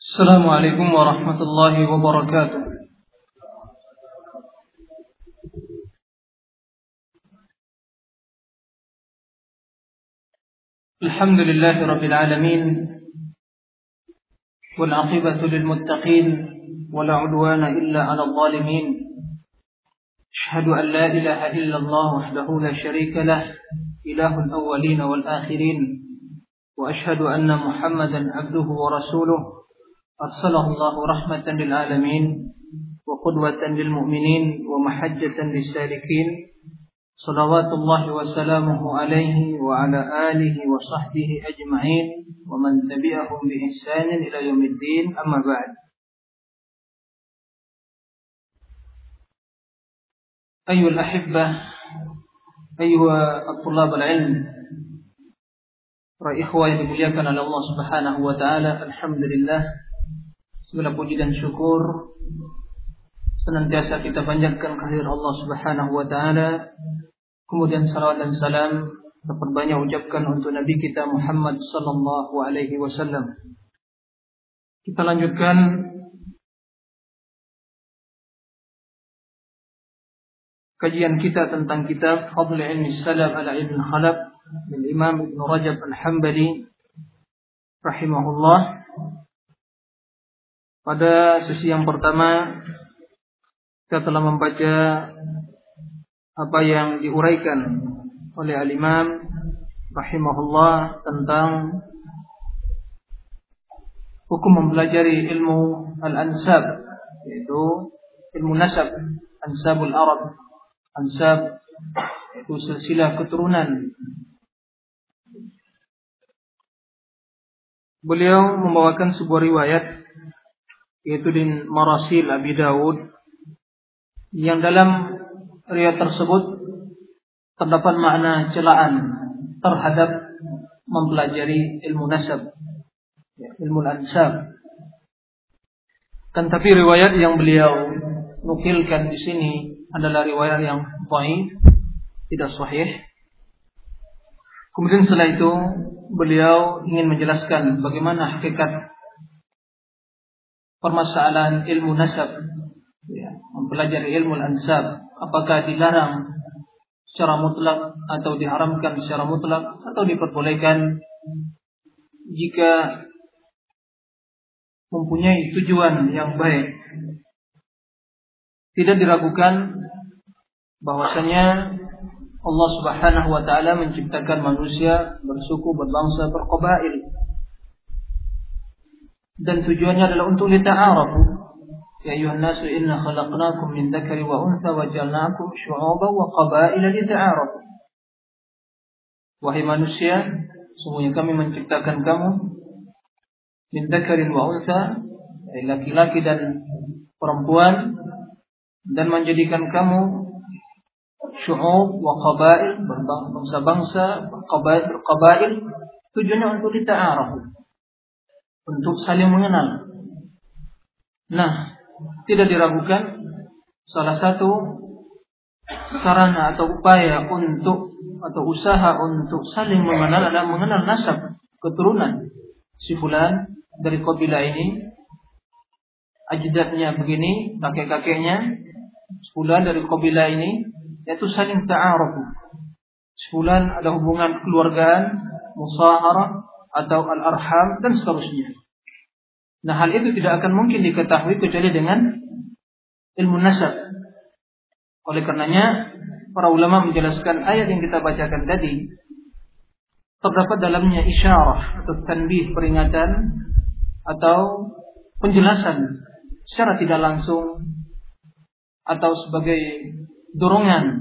Assalamualaikum warahmatullahi wabarakatuh. Alhamdulillahi rabbil alamin, wal 'aqibatu lil muttaqin, wala 'udwana illa 'alal zalimin. Asyhadu an la ilaha illallah wahdahu la syarika lah, ilahul awwalin wal akhirin, wa asyhadu anna Muhammadan 'abduhu wa rasuluh. Arsalahu Allahu rahmatan lil alamin wa qudwatan lil mu'minin wa mahajjatan lis salikin. Salawatullahi wa salamuhu alaihi wa ala alihi wa sahbihi ajma'in wa man tabi'ahum bi ihsanin ila yaumiddin, amma ba'd. Ayyuhal ahibbah, ayyuha at-tullab al-ilm, para ikhwah yang dimuliakan oleh Allah Subhanahu wa taala, alhamdulillah, segala puji dan syukur senantiasa kita panjatkan kehadirat Allah Subhanahu wa taala. Kemudian salawat dan salam terperbanyak ucapkan untuk Nabi kita Muhammad sallallahu alaihi wasallam. Kita lanjutkan kajian kita tentang kitab Fadl Ilmi Salaf ala Ibn Khalaf dari Imam Ibn Rajab Al-Hambali rahimahullah. Pada sesi yang pertama kita telah membaca apa yang diuraikan oleh Al-Imam rahimahullah tentang hukum mempelajari ilmu al-ansab, yaitu ilmu nasab, ansabul Arab. Ansab itu silsilah keturunan. Beliau membawakan sebuah riwayat, yaitu di Marasil Abi Dawud, yang dalam riwayat tersebut terdapat makna celaan terhadap mempelajari ilmu nasab, ilmu ansab. Dan tapi riwayat yang beliau nukilkan di sini adalah riwayat yang dhaif, tidak sahih. Kemudian setelah itu beliau ingin menjelaskan bagaimana hakikat permasalahan ilmu nasab, mempelajari ilmu ansab. Apakah dilarang secara mutlak atau diharamkan secara mutlak, atau diperbolehkan jika mempunyai tujuan yang baik. Tidak diragukan bahwasanya Allah Subhanahu wa taala menciptakan manusia bersuku, berbangsa, berqabail, dan tujuannya adalah untuk lita'arafu. Ya ayuhan nasu inna khalaqnakum min dzakari wa untha wa ja'alnakum syu'uban wa qabaila lita'arafu. Wahai manusia, sungguhnya kami menciptakan kamu min dzakarin wa untha, laki-laki dan perempuan, dan menjadikan kamu syu'ub wa qabail, berbangsa-bangsa, berqabail. Tujuannya untuk lita'arafu, untuk saling mengenal. Nah, tidak diragukan salah satu sarana atau upaya untuk, atau usaha untuk saling mengenal adalah mengenal nasab, keturunan. Si fulan dari kabilah ini, ajdadnya begini, kakek-kakeknya. Fulan dari kabilah ini, yaitu saling ta'aruf. Fulan ada hubungan keluargaan, musaharah atau al-arham dan seterusnya. Nah, hal itu tidak akan mungkin diketahui kecuali dengan ilmu nasab. Oleh karenanya, para ulama menjelaskan ayat yang kita bacakan tadi, terdapat dalamnya isyarah atau tanbih, peringatan atau penjelasan secara tidak langsung atau sebagai dorongan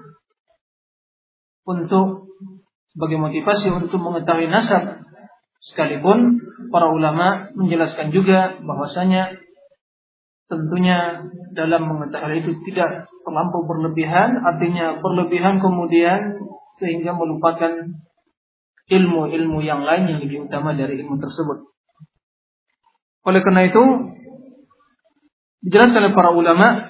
untuk, sebagai motivasi untuk mengetahui nasab. Sekalipun para ulama menjelaskan juga bahwasanya tentunya dalam mengetahui itu tidak terlampau berlebihan, artinya berlebihan kemudian sehingga melupakan ilmu-ilmu yang lain yang lebih utama dari ilmu tersebut. Oleh karena itu dijelaskan oleh para ulama,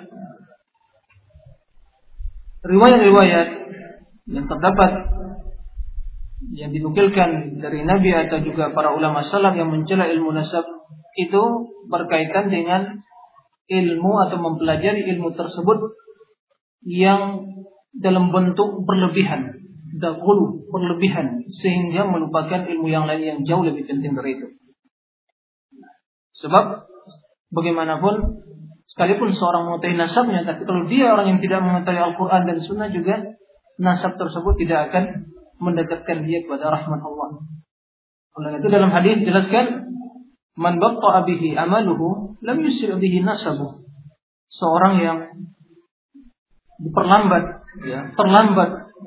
riwayat-riwayat yang terdapat, yang dinukilkan dari Nabi atau juga para ulama salaf yang mencela ilmu nasab, itu berkaitan dengan ilmu atau mempelajari ilmu tersebut yang dalam bentuk berlebihan, daghulu, berlebihan, sehingga melupakan ilmu yang lain yang jauh lebih penting dari itu. Sebab bagaimanapun, sekalipun seorang mengetahui nasabnya, tapi kalau dia orang yang tidak mengetahui Al-Quran dan Sunnah juga, nasab tersebut tidak akan mendekatkan dia kepada rahmat Allah. Oleh itu dalam hadis dijelaskan, man batta'a bihi amaluhu lam yusri' bihi nasabuh. Seorang yang terlambat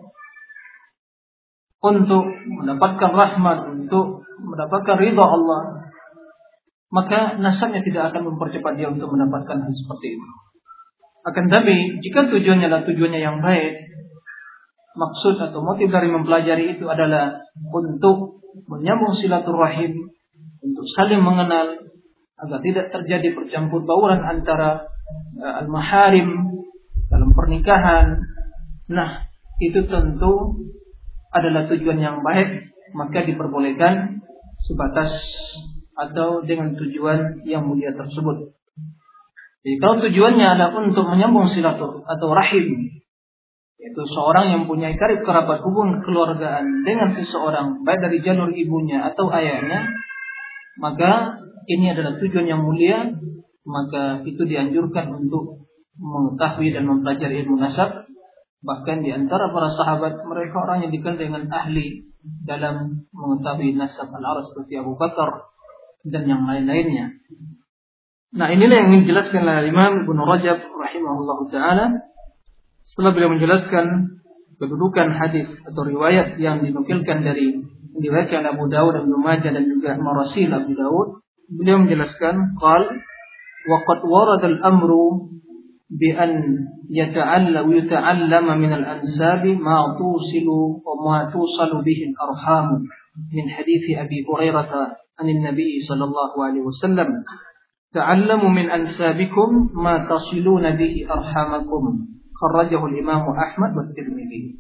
untuk mendapatkan rahmat, untuk mendapatkan ridha Allah, maka nasabnya tidak akan mempercepat dia untuk mendapatkan hal seperti itu. Akan tapi jika tujuannya adalah tujuannya yang baik, maksud atau motif dari mempelajari itu adalah untuk menyambung silaturahim, untuk saling mengenal, agar tidak terjadi percampur bauran antara al-maharim dalam pernikahan. Nah, itu tentu adalah tujuan yang baik, maka diperbolehkan sebatas atau dengan tujuan yang mulia tersebut. Jadi kalau tujuannya adalah untuk menyambung silatur atau rahim, yaitu seorang yang punya karib kerabat hubungan kekeluargaan dengan seseorang, baik dari jalur ibunya atau ayahnya, maka ini adalah tujuan yang mulia, maka itu dianjurkan untuk mengetahui dan mempelajari ilmu nasab. Bahkan di antara para sahabat, mereka orang yang dikenal dengan ahli dalam mengetahui nasab al-aras seperti Abu Bakar dan yang lain-lainnya. Nah, inilah yang ingin dijelaskan oleh Imam Ibnu Rajab rahimahullahu taala setelah beliau menjelaskan kedudukan hadis atau riwayat yang dinukilkan dari diriwayatkan Abu Dawud dan Ibnu Majah dan juga marasil Abu Dawud. Beliau menjelaskan qal wa qad warada al-amru bi an yata'allama min al-ansab ma tusilu wa ma tusalu bihi al-arham min hadits Abi Hurairah an an-nabi sallallahu alaihi wasallam ta'allamu min ansabikum ma tasiluna bihi arhamakum kharrajahu al-Imam Ahmad wa Tirmidzi.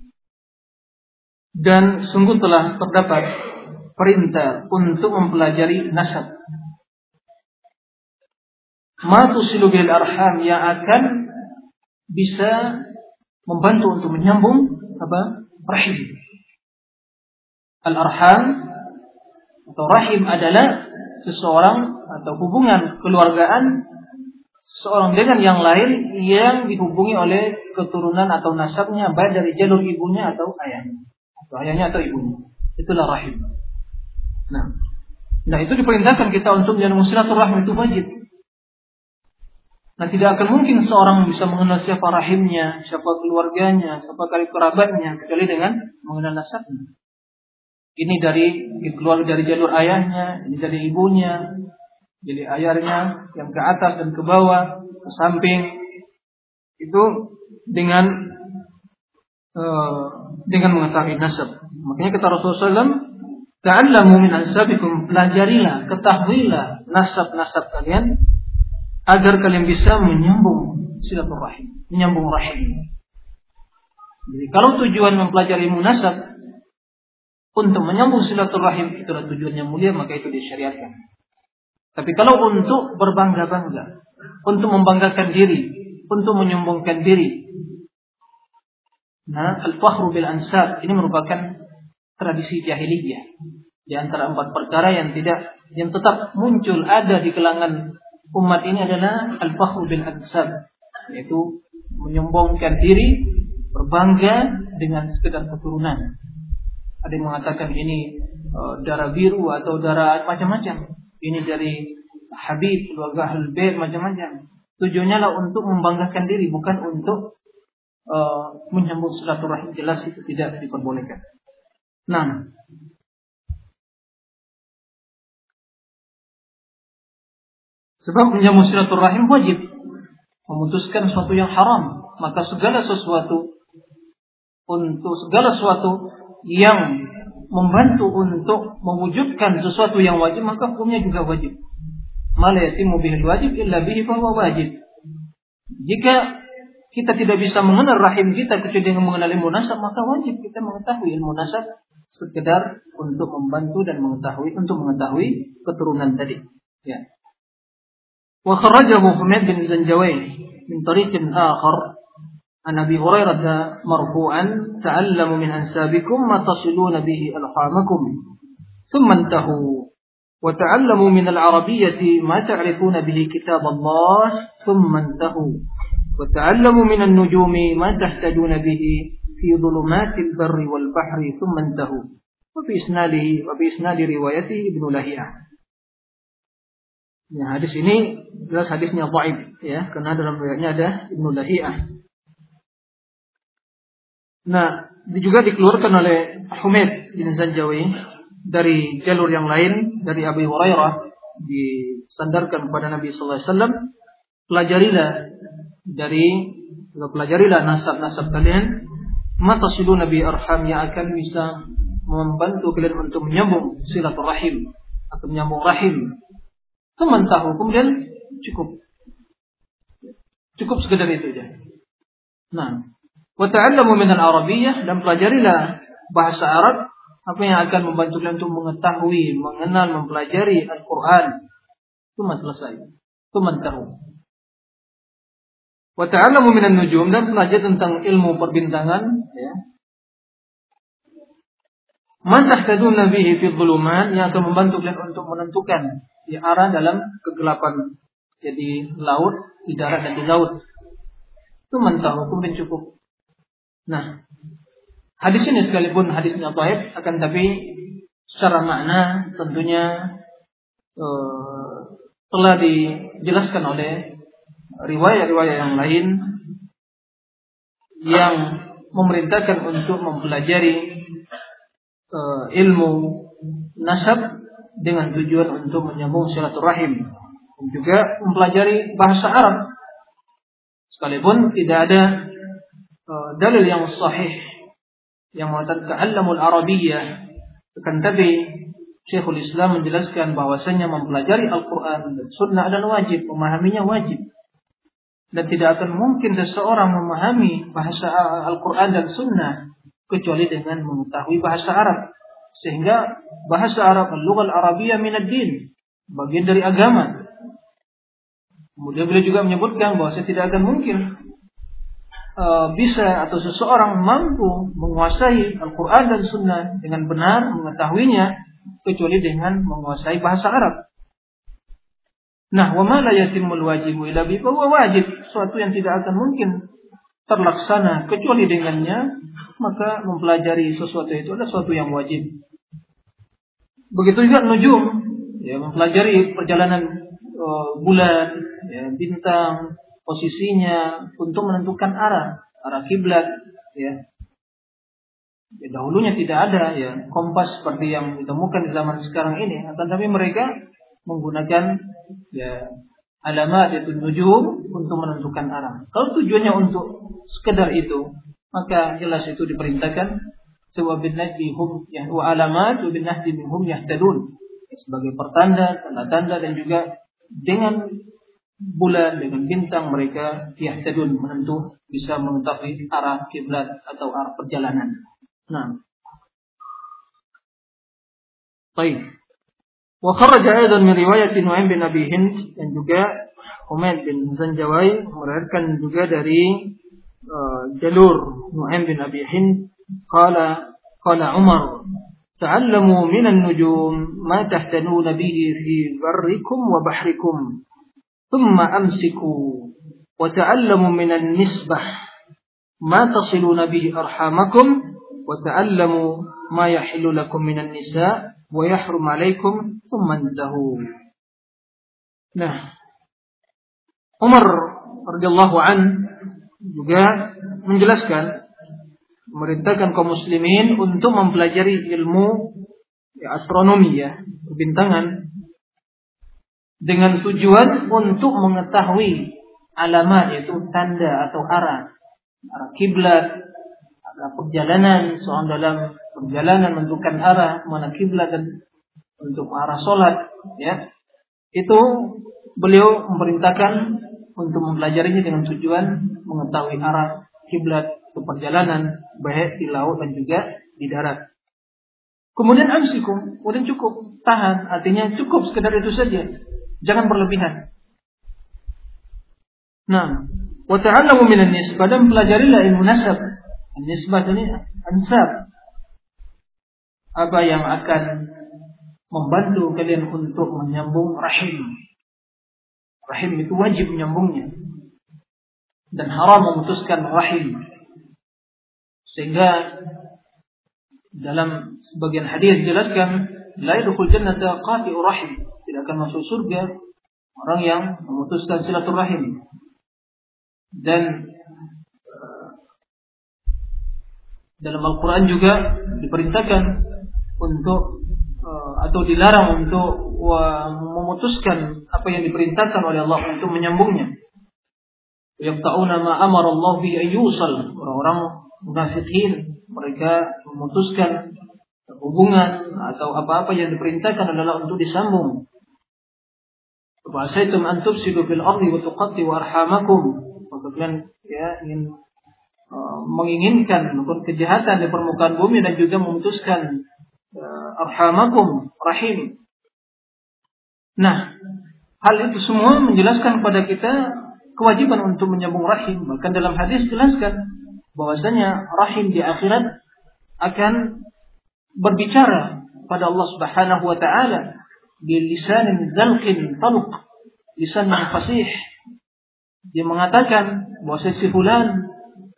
Dan sungguh telah terdapat perintah untuk mempelajari nasab, ma tusilu bil arham, yang akan bisa membantu untuk menyambung rahim. Al-arham atau rahim adalah seseorang atau hubungan keluargaan seorang dengan yang lain yang dihubungi oleh keturunan atau nasabnya, baik dari jalur ibunya atau ayahnya atau ibunya. Itulah rahim. Nah, itu diperintahkan kita untuk menyambung silaturahim, itu wajib. Nah, tidak akan mungkin seorang bisa mengenal siapa rahimnya, siapa keluarganya, siapa karib kerabatnya, kecuali dengan mengenal nasabnya. Ini keluar dari jalur ayahnya, ini dari ibunya, jadi ayahnya yang ke atas dan ke bawah, ke samping, itu dengan mengetahui nasab. Makanya kata Rasulullah SAW, ta'allamu min ansabikum, pelajarilah, ketahuilah nasab-nasab kalian, agar kalian bisa menyambung silaturahim, menyambung rahim. Jadi kalau tujuan mempelajari ilmu nasab untuk menyambung silaturahim, itulah tujuan yang mulia, maka itu disyariatkan. Tapi kalau untuk berbangga-bangga, untuk membanggakan diri, untuk menyombongkan diri, nah, al-fakhru bil ansab ini merupakan tradisi jahiliyah. Di antara 4 perkara yang tetap muncul ada di kalangan umat ini adalah al-fakhru bil ansab, yaitu menyombongkan diri, berbangga dengan sekedar keturunan. Ada yang mengatakan ini darah biru atau darah macam-macam. Ini dari Habib, keluarga Ahlul Bait, macam-macam. Tujuannya lah untuk membanggakan diri, bukan untuk menyambung silaturahim. Jelas itu tidak diperbolehkan. Nah, sebab menyambung silaturahim wajib, memutuskan sesuatu yang haram. Maka segala sesuatu yang membantu untuk mewujudkan sesuatu yang wajib, maka hukumnya juga wajib. Ma la yatimu bihil wajib illa bihi fahuwa wajib. Jika kita tidak bisa mengenal rahim kita kecuali dengan mengenal ilmu nasab, maka wajib kita mengetahui ilmu nasab sekedar untuk membantu dan mengetahui keturunan tadi. Ya. Wa kharrajahu Humayd bin Zanjawain min tariqin akhar an Abi Hurairah marfu'an ta'allamu min ansabikum ma tasiluna bihi alhamakum thumma intahu wa ta'allamu min al-arabiyyati ma ta'rifuna bihi kitab Allah thumma intahu wa ta'allamu min an-nujumi ma tahtajuna bihi fi dhulumatil barri wal bahri thumma intahu wa fi isnadi riwayati Ibnu Lahiyah. Ya, hadis ini jelas hadisnya dhaif ya, karena dalam riwayatnya ada Ibnu Lahiyah. Nah, juga dikeluarkan oleh Humayd bin Zanjawi dari jalur yang lain dari Abi Hurairah, disandarkan kepada Nabi sallallahu alaihi wasallam, pelajarilah nasab-nasab kalian, matasiluna bi arham, yang akan bisa membantu kalian untuk menyambung silaturahim atau menyambung rahim. Teman tahu, kemudian cukup sekedar itu saja. Nah, wa ta'allamu min al-arabiyyah, dan pelajarilah bahasa Arab, apa yang akan membantu kalian untuk mengetahui, mengenal, mempelajari Al-Quran. Cuma selesai. Teman tahu. Wa ta'allamu min an-nujum, dan belajar tentang ilmu perbintangan, ya. Man tahtaduna bihi fi dhulumat, yang akan membantu kalian untuk menentukan di arah dalam kegelapan, jadi laut, di darat dan di laut. Itu mentahu, kemudian cukup. Nah, hadis ini sekalipun hadisnya dhaif, akan tapi secara makna tentunya telah dijelaskan oleh riwayat-riwayat yang lain yang memerintahkan untuk mempelajari ilmu nasab dengan tujuan untuk menyambung silaturahim, dan juga mempelajari bahasa Arab, sekalipun tidak ada dalil yang sahih yang mengatakan ta'allamul arabiyyah, akan tapi Syekhul Islam menjelaskan bahwasanya mempelajari Al-Quran dan Sunnah adalah wajib, memahaminya wajib, dan tidak akan mungkin seseorang memahami bahasa Al-Quran dan Sunnah kecuali dengan mengetahui bahasa Arab. Sehingga bahasa Arab, al-lughah al-arabiyyah min ad-din, bagian dari agama. Kemudian beliau juga menyebutkan bahwa tidak akan mungkin bisa atau seseorang mampu menguasai Al-Quran dan Sunnah dengan benar, mengetahuinya, kecuali dengan menguasai bahasa Arab. Nah, wa ma la yatimul wajibu illa bi, bahwa wajib, suatu yang tidak akan mungkin terlaksana kecuali dengannya, maka mempelajari sesuatu itu adalah sesuatu yang wajib. Begitu juga nujum, ya, mempelajari perjalanan bulan, ya, bintang, posisinya untuk menentukan arah kiblat, ya. Ya, dahulunya tidak ada ya kompas seperti yang ditemukan di zaman sekarang ini, akan tapi mereka menggunakan ya alamat, yaitu nujum, untuk menentukan arah. Kalau tujuannya untuk sekedar itu, maka jelas itu diperintahkan sebuah binajmi hum ya wa alamat wa binajmi hum yahtadun, sebagai pertanda, tanda-tanda, dan juga dengan bulan, dengan bintang mereka yahtadun, menentu, bisa mengetahui arah kiblat atau arah perjalanan. Nah, baik. Wa kharaja aidan min riwayat Nu'aim bin Abi Hind, dan juga Humayd bin Zanjawi meriwayatkan juga dari jalur Nu'aim bin Abi Hind, qala Umar, ta'allamu minan nujum ma tahtanuna bihi fi barrikum wa bahrikum thumma amsiku wa ta'allamu minan nisbah ma tasiluna bihi arhamakum wa ta'allamu ma yahillu lakum minan nisa wa yahrum alaikum thumma intahu. Nah, Umar radhiyallahu an juga menjelaskan, memerintahkan kaum muslimin untuk mempelajari ilmu ya, astronomi, ya, perbintangan, dengan tujuan untuk mengetahui alamat, yaitu tanda atau arah kiblat, arah perjalanan seorang dalam perjalanan, menentukan arah mana kiblat dan untuk arah sholat, ya. Itu beliau memerintahkan untuk mempelajarinya dengan tujuan mengetahui arah kiblat ke perjalanan, baik di laut dan juga di darat. Kemudian amsikum, kemudian cukup, tahan, artinya cukup sekedar itu saja, jangan berlebihan. Nah, wa ta'allamu minan nisbah, dan pelajarilah ilmu nasab. Nisbah ini ansab. Apa yang akan membantu kalian untuk menyambung rahim. Rahim itu wajib menyambungnya. Dan haram memutuskan rahim. Sehingga dalam sebagian hadis dijelaskan, la yadkhul jannata qati'ur rahim. Tidak akan masuk surga orang yang memutuskan silaturahim. Dan dalam Al-Quran juga diperintahkan untuk atau dilarang untuk memutuskan apa yang diperintahkan oleh Allah untuk menyambungnya. Yaqta'una ma amara Allah bi ayyusal. Orang-orang munafikin mereka memutuskan hubungan atau apa-apa yang diperintahkan adalah untuk disambung. Wa asaitum an tufsidu fil ardi wa tuqatti'u arhamakum. Kalian ingin menginginkan melakukan kejahatan di permukaan bumi dan juga memutuskan arhamakum, rahim. Nah, hal itu semua menjelaskan kepada kita kewajiban untuk menyambung rahim. Bahkan dalam hadis jelaskan bahwasanya rahim di akhirat akan berbicara pada Allah Subhanahu wa taala bi lisanin dzalqin talq, lisan yang fasih. Dia mengatakan bahwa si fulan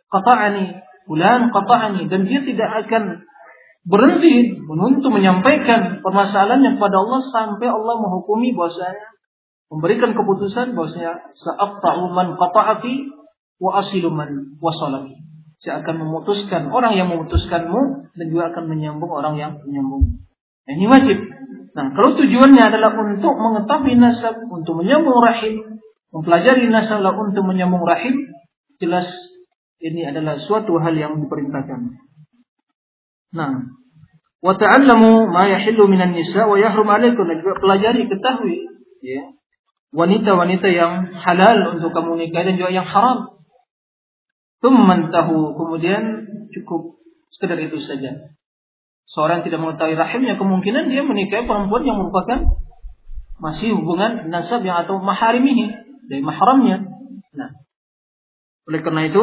qata'ani, dan dia tidak akan berhenti menuntut menyampaikan permasalahannya kepada Allah sampai Allah menghukumi bahwasanya memberikan keputusan bahwasanya sa'aqta'u man qata'aki wa asilu man wasalaki. Saya akan memutuskan orang yang memutuskanmu dan juga akan menyambung orang yang menyambung. Ini wajib. Nah, kalau tujuannya adalah untuk mengetahui nasab, untuk menyambung rahim, mempelajari nasab untuk menyambung rahim, jelas ini adalah suatu hal yang diperintahkan. Nah, wa ta'allamu ma yahillu minan nisa wa yahrum 'alaikum, juga pelajari, ketahui ya, wanita-wanita yang halal untuk kamu nikahi dan juga yang haram. Tsumman tahu, kemudian cukup sekedar itu saja. Seorang tidak mengetahui rahimnya, kemungkinan dia menikahi perempuan yang merupakan masih hubungan nasab yang atau maharimihi, dari mahramnya. Nah, oleh karena itu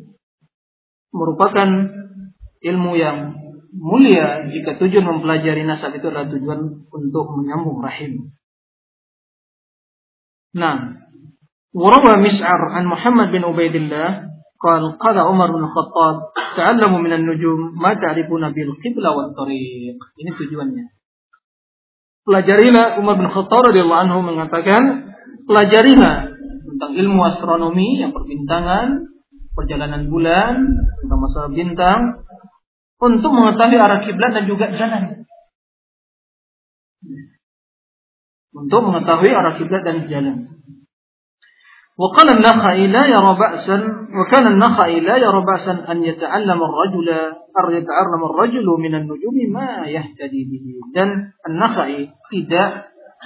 merupakan ilmu yang mulia jika tujuan mempelajari nasab itu adalah tujuan untuk menyambung rahim. Nah, warawa Mis'ar an Muhammad bin Ubaidillah qala Umar bin Khattab ta'allamu minan nujum ma ta'rifuna bil qibla wat tariq. Ini tujuannya. Pelajarilah, Umar bin Khattab radhiyallahu anhu mengatakan, pelajarilah tentang ilmu astronomi, yang perbintangan, perjalanan bulan, tentang masalah bintang, untuk mengetahui arah kiblat dan juga jalan. Untuk mengetahui arah kiblat dan jalan. وقال النخعي لا يرى بأسا وكان النخعي لا يرى بأسا أن يتعلم الرجل من النجوم ما يهتدي به. Dan النخعي tidak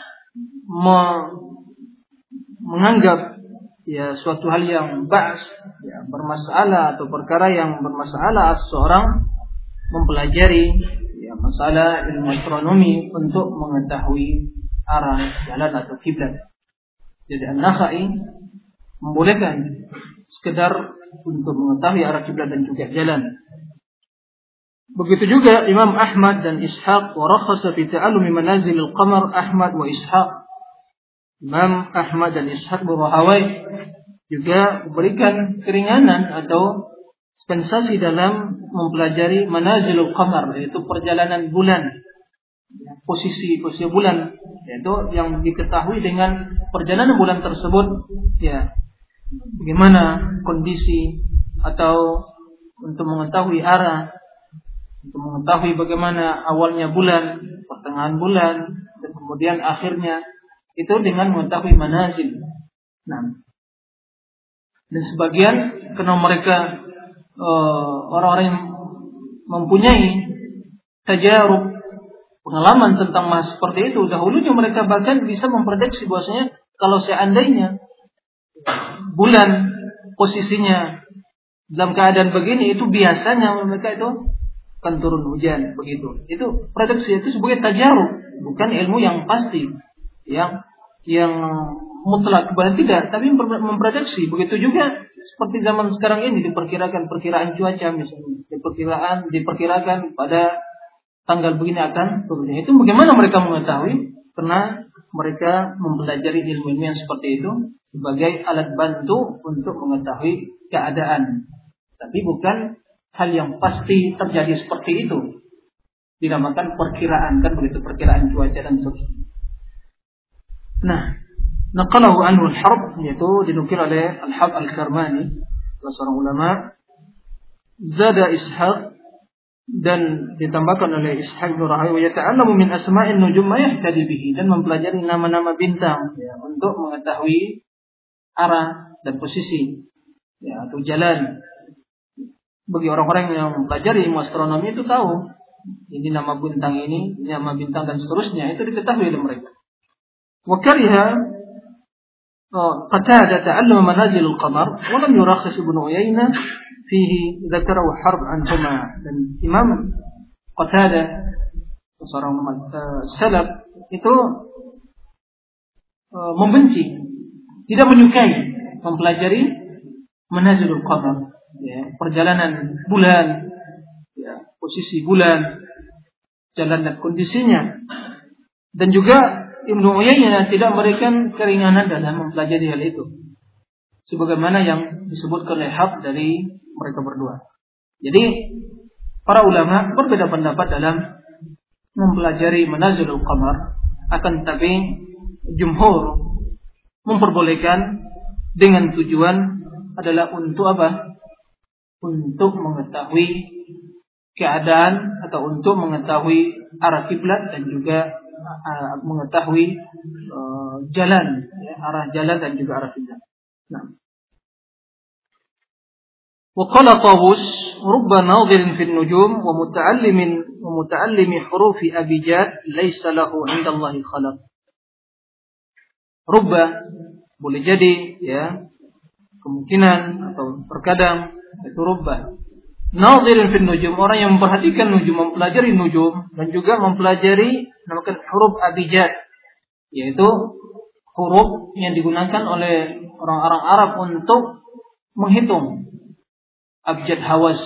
menganggap ya suatu hal yang ba's, ya, bermasalah atau perkara yang bermasalah seorang mempelajari ya masalah ilmu astronomi untuk mengetahui arah jalan atau kiblat. Jadi An-Nakhai membolehkan sekedar untuk mengetahui arah kiblat dan juga jalan. Begitu juga Imam Ahmad dan Ishaq, wa rakhasa fi ta'allumi manazil al-qamar Ahmad wa Ishaq. Imam Ahmad dan Ishaq Burahawai juga memberikan keringanan atau dispensasi dalam mempelajari manazilul qamar, yaitu perjalanan bulan, posisi bulan, yaitu yang diketahui dengan perjalanan bulan tersebut, ya bagaimana kondisi atau untuk mengetahui arah, untuk mengetahui bagaimana awalnya bulan, pertengahan bulan, dan kemudian akhirnya, itu dengan mengetahui manazil. Nah, dan sebagian karena mereka orang-orang yang mempunyai tajarub, pengalaman tentang mas seperti itu, dahulunya mereka bahkan bisa memprediksi bahwasanya kalau seandainya bulan posisinya dalam keadaan begini, itu biasanya mereka itu akan turun hujan, begitu. Itu prediksi, itu sebagai tajarub, bukan ilmu yang pasti, yang mutlak kepada tidak, tapi memprediksi. Begitu juga seperti zaman sekarang ini diperkirakan perkiraan cuaca misalnya, diperkirakan pada tanggal begini akan turunnya. Itu bagaimana mereka mengetahui? Karena mereka mempelajari ilmu yang seperti itu sebagai alat bantu untuk mengetahui keadaan. Tapi bukan hal yang pasti terjadi seperti itu. Dinamakan perkiraan, kan begitu, perkiraan cuaca dan sebagainya. Nah, naqalahu anhu al-Harb, yaitu dinukil oleh Al-Harb Al-Karmani, salah seorang ulama. Zada Ishaq, dan ditambahkan oleh Ishaq bin Rahawayh, wa yata'allamu min asma'in nujum ma yahtadi bihi, dan mempelajari nama-nama bintang ya, untuk mengetahui arah dan posisi ya, atau jalan. Bagi orang-orang yang mempelajari ilmu astronomi itu tahu ini nama bintang ini nama bintang dan seterusnya, itu diketahui oleh mereka. Wa kariha Qatadah ta'allama manazil al-qamar wa lam yurakhis Ibnu Uyainah fihi dzakarahu Harb anhuma. Dan Imam Qatadah seorang salaf itu membenci, tidak menyukai mempelajari manazilul qamar ya, perjalanan bulan ya, posisi bulan, jalan dan kondisinya. Dan juga Ibnu Uyainah tidak memberikan keringanan dalam mempelajari hal itu, sebagaimana yang disebutkan oleh Harb dari mereka berdua. Jadi para ulama berbeda pendapat dalam mempelajari manazilul qamar, akan tetapi jumhur memperbolehkan dengan tujuan adalah untuk apa? Untuk mengetahui keadaan atau untuk mengetahui arah kiblat dan juga mengetahui jalan ya, arah jalan dan juga arah kiblat. Nah. Wa qala Tawus rubba nadhirin fi an-nujum wa muta'allimi hurufi abjad laysa lahu 'inda Allah khalaq. Rubba boleh jadi ya, kemungkinan atau terkadang itu rubba nadhirin fi an-nujum, orang yang memperhatikan nujum, mempelajari nujum dan juga mempelajari namakan huruf abjad, yaitu huruf yang digunakan oleh orang-orang Arab untuk menghitung, abjad hawas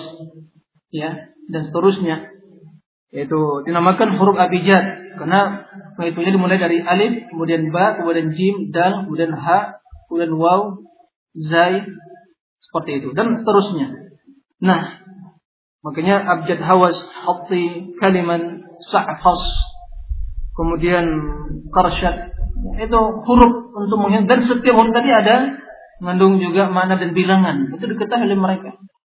ya dan seterusnya, yaitu dinamakan huruf abjad karena penghitungnya dimulai dari alif, kemudian ba, kemudian jim, dal, kemudian ha, kemudian waw, zai, seperti itu dan seterusnya. Nah, makanya abjad hawas, hatti, kaliman, sa'fas, kemudian qarsyat, itu huruf untuk menghitung, dan setiap huruf tadi ada mengandung juga makna dan bilangan, itu diketahui oleh mereka.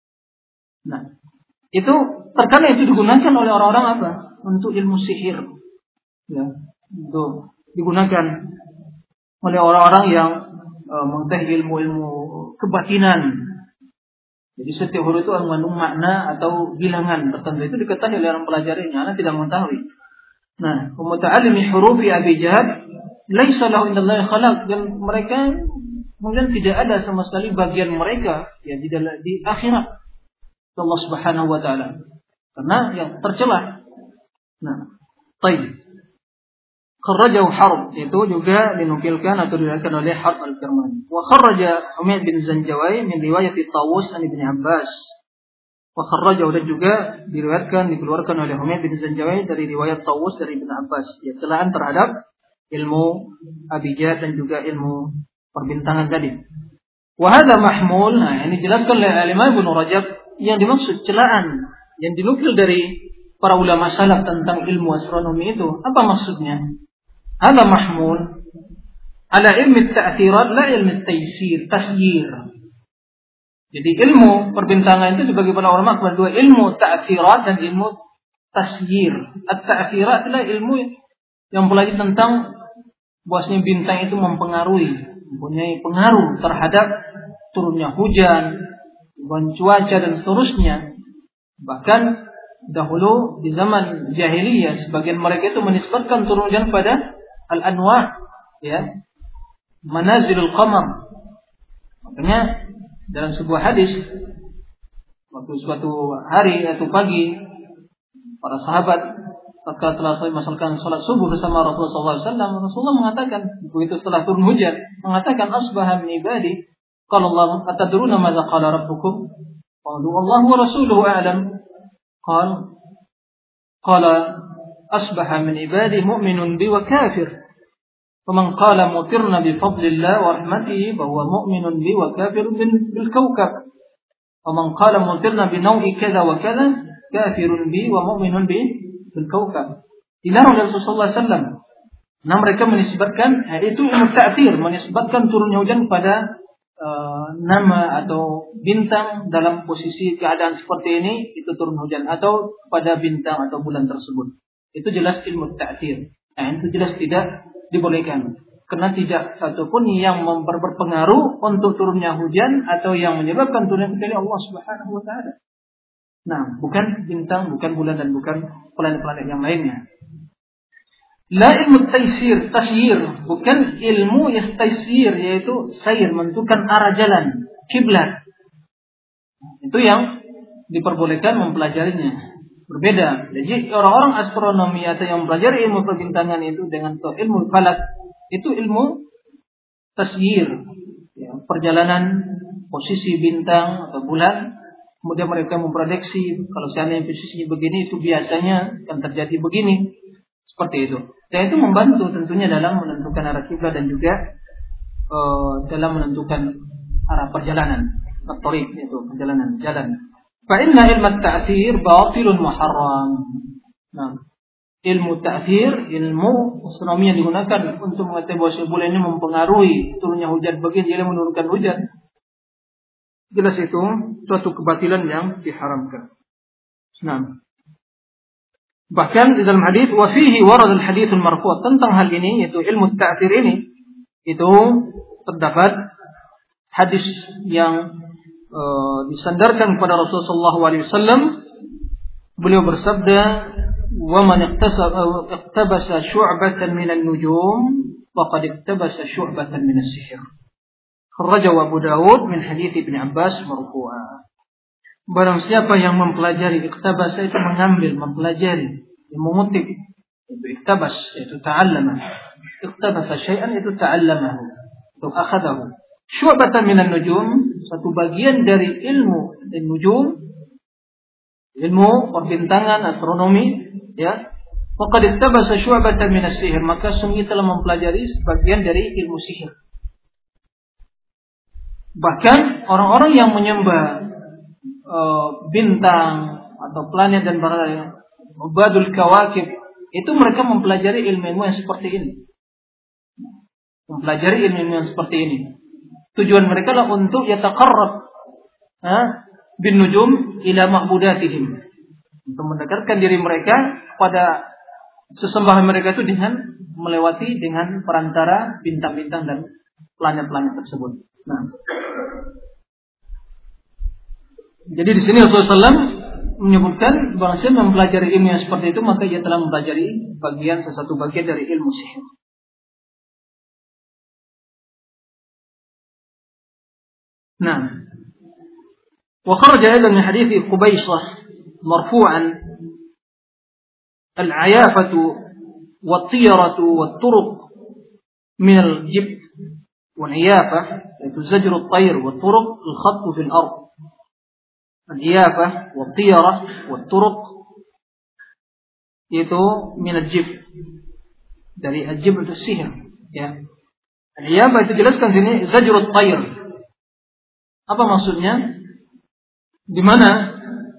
Nah, itu terkadang itu digunakan oleh orang-orang apa? Untuk ilmu sihir, ya, itu digunakan oleh orang-orang yang mengetahui ilmu-ilmu kebatinan. Jadi setiap huruf itu mengandung makna atau bilangan tertentu, itu diketahui oleh orang pelajarinya, anak tidak mengetahui. Nah, muta'allimi hurufi abjad laisa lahu indallahi khalaq, dan mereka mungkin tidak ada sama sekali bagian mereka ya di akhirat Allah Subhanahu wa taala, karena yang tercela. Nah, baik. Kharrajahu Harb, itu juga dinukilkan atau diriwayatkan oleh Harb Al-Karmani. Wa kharraja Humayd bin Zanjawai min riwayat Tawus an Ibnu Abbas. Wa kharrajahu, dan juga dikeluarkan oleh Humayd bin Zanjawai dari riwayat Tawus dari Ibnu Abbas. Ya, celaan terhadap ilmu abjad dan juga ilmu perbintangan tadi. Wa hadza mahmul, nah ini dijelaskan oleh Imam Ibnu Rajab, yang dimaksud celaan yang dinukil dari para ulama salaf tentang ilmu astronomi itu apa maksudnya? Hadza mahmul ala ilmi at-ta'thirat la ilmi at-taysir, tasyir. Jadi ilmu perbintangan itu dibagi para ulama kepada dua, ilmu ta'thirat dan ilmu tasyir. At-ta'thirat adalah ilmu yang belajar tentang bahwasanya bintang itu mempunyai pengaruh terhadap turunnya hujan, cuaca dan seterusnya. Bahkan dahulu di zaman jahiliyah sebagian mereka itu menisbatkan turun hujan pada al-anwa, ya, manazilul qamar. Makanya dalam sebuah hadis, waktu suatu hari atau pagi, para sahabat tatkala telah selesai melaksanakan salat subuh bersama Rasulullah SAW, Rasulullah mengatakan begitu setelah turun hujan, mengatakan asbaha min ibadi, qala Allah atadruna madza qala rabbukum? Qalu Allah wa rasuluhu a'lam. Qala asbaha min ibadi mu'minun bi wa kafir. Faman qala mutirna bi fadlillah wa rahmatihi fa huwa mu'minun bi wa kafirun bil kawkab. Faman qala mutirna bi naw'i kadza wa kadza kafirun bi wa mu'minun bil kawkab. Dilarang oleh Rasulullah SAW. Nah, mereka menisbatkan itu ilmu ta'thir, menisbatkan turunnya hujan pada nama atau bintang dalam posisi keadaan seperti ini itu turun hujan, atau pada bintang atau bulan tersebut. Itu jelas ilmu ta'thir. Nah, itu jelas tidak dibolehkan. Karena tidak satupun yang berpengaruh untuk turunnya hujan atau yang menyebabkan turunnya kecuali Allah Subhanahu wa taala. Nah, bukan bintang, bukan bulan, dan bukan planet-planet yang lainnya. La ilmu tasyir, bukan ilmu tasyir, yaitu sair, menentukan arah jalan, kiblat. Itu yang diperbolehkan mempelajarinya. Berbeda. Jadi orang-orang astronomi atau yang mempelajari ilmu perbintangan itu dengan ilmu falak, itu ilmu tasyir, ya, perjalanan posisi bintang atau bulan. Kemudian mereka memprediksi kalau seandainya posisinya begini, itu biasanya akan terjadi begini. Seperti itu. Dan itu membantu tentunya dalam menentukan arah kiblat dan juga dalam menentukan arah perjalanan, at-thariq, itu perjalanan jalan. Fa inna ilmu ta'thir batilun muharram. Nah, ilmu ta'thir, ilmu astronomi yang digunakan untuk mengetahui bahwa bulan ini mempengaruhi turunnya hujan begini, dia menurunkan hujan. Jelas itu suatu kebatilan yang diharamkan. Nah, bahkan di dalam hadis wa fihi warad al-hadits al-marfu' tentang hal ini, yaitu ilmu ta'thir ini, itu terdapat hadis yang disandarkan kepada Rasulullah SAW. Beliau bersabda, wa man iqtabasa syu'batan min an-nujum faqad iqtabasa syu'batan min as-sihr. Kharrajahu Abu Dawud min hadits Ibnu Abbas marfu'an. Barang siapa yang mempelajari, iktabasa itu mengambil, mempelajari, mengutip, itu iktabas, itu ta'allama. Iktabasa syai'an itu ta'allamahu, itu akhadahu. Syu'batan minan nujum, satu bagian dari ilmu nujum, ilmu perbintangan, astronomi, ya. Faqad iktabasa syu'batan minas sihir, maka sungguh telah mempelajari sebagian dari ilmu sihir. Bahkan orang-orang yang menyembah bintang atau planet dan barang ubadul kawakib, itu mereka mempelajari ilmu-ilmu yang seperti ini. Mempelajari ilmu-ilmu yang seperti ini. Tujuan mereka adalah untuk yataqarrab bin nujum ila ma'budatihim, untuk mendekatkan diri mereka kepada sesembahan mereka itu dengan melewati dengan perantara bintang-bintang dan planet-planet tersebut. Nah, jadi di sini Rasulullah SAW menyebutkan bahwa siapa mempelajari ilmu yang seperti itu, maka ia telah mempelajari sesuatu bagian dari ilmu sihir. Nah, wa kharaja aidan min hadits Qubaisah marfu'an al-'ayafatu wat-tiyaratu wat-turuq min al-jibt wal-'iyafah, yaitu zajru at-tayr wat-turuq al-khatt fi al-ard. Al-iyafah wat-tiyarah wat-turuq itu min al-jibt, dari al-jibt itu sihir, ya. Al-iyafah itu jelaskan sini zajru at-tayr. Apa maksudnya? Di mana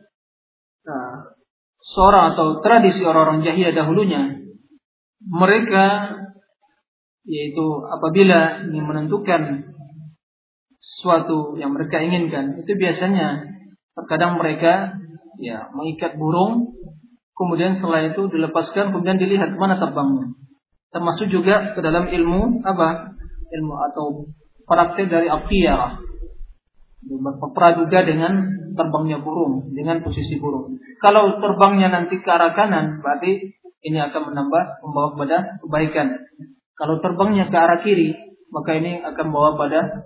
seorang atau tradisi orang-orang jahiliyah dahulunya, mereka yaitu apabila ingin menentukan sesuatu yang mereka inginkan, itu biasanya terkadang mereka mengikat burung, kemudian setelah itu dilepaskan, kemudian dilihat mana terbangnya. Termasuk juga ke dalam ilmu ilmu atau praktek dari al-tiyarah, berpraduga dengan terbangnya burung, dengan posisi burung. Kalau terbangnya nanti ke arah kanan, berarti ini akan membawa pada kebaikan. Kalau terbangnya ke arah kiri, maka ini akan membawa pada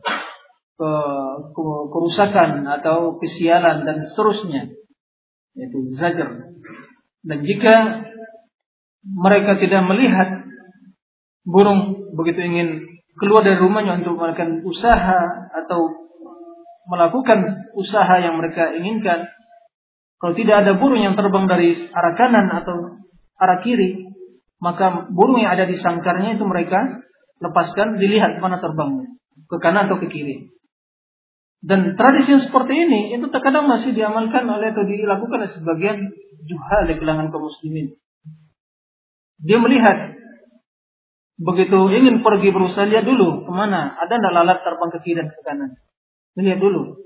kerusakan atau kesialan dan seterusnya, yaitu zajar. Dan jika mereka tidak melihat burung begitu ingin keluar dari rumahnya untuk melakukan usaha atau melakukan usaha yang mereka inginkan, kalau tidak ada burung yang terbang dari arah kanan atau arah kiri, maka burung yang ada di sangkarnya itu mereka lepaskan, dilihat mana terbangnya, ke kanan atau ke kiri. Dan tradisi yang seperti ini itu terkadang masih diamalkan oleh atau dilakukan oleh sebagian juhal di kalangan kaum muslimin. Dia melihat begitu ingin pergi berusaha, lihat dulu kemana, ada tidak lalat terbang ke kiri dan ke kanan. Lihat dulu.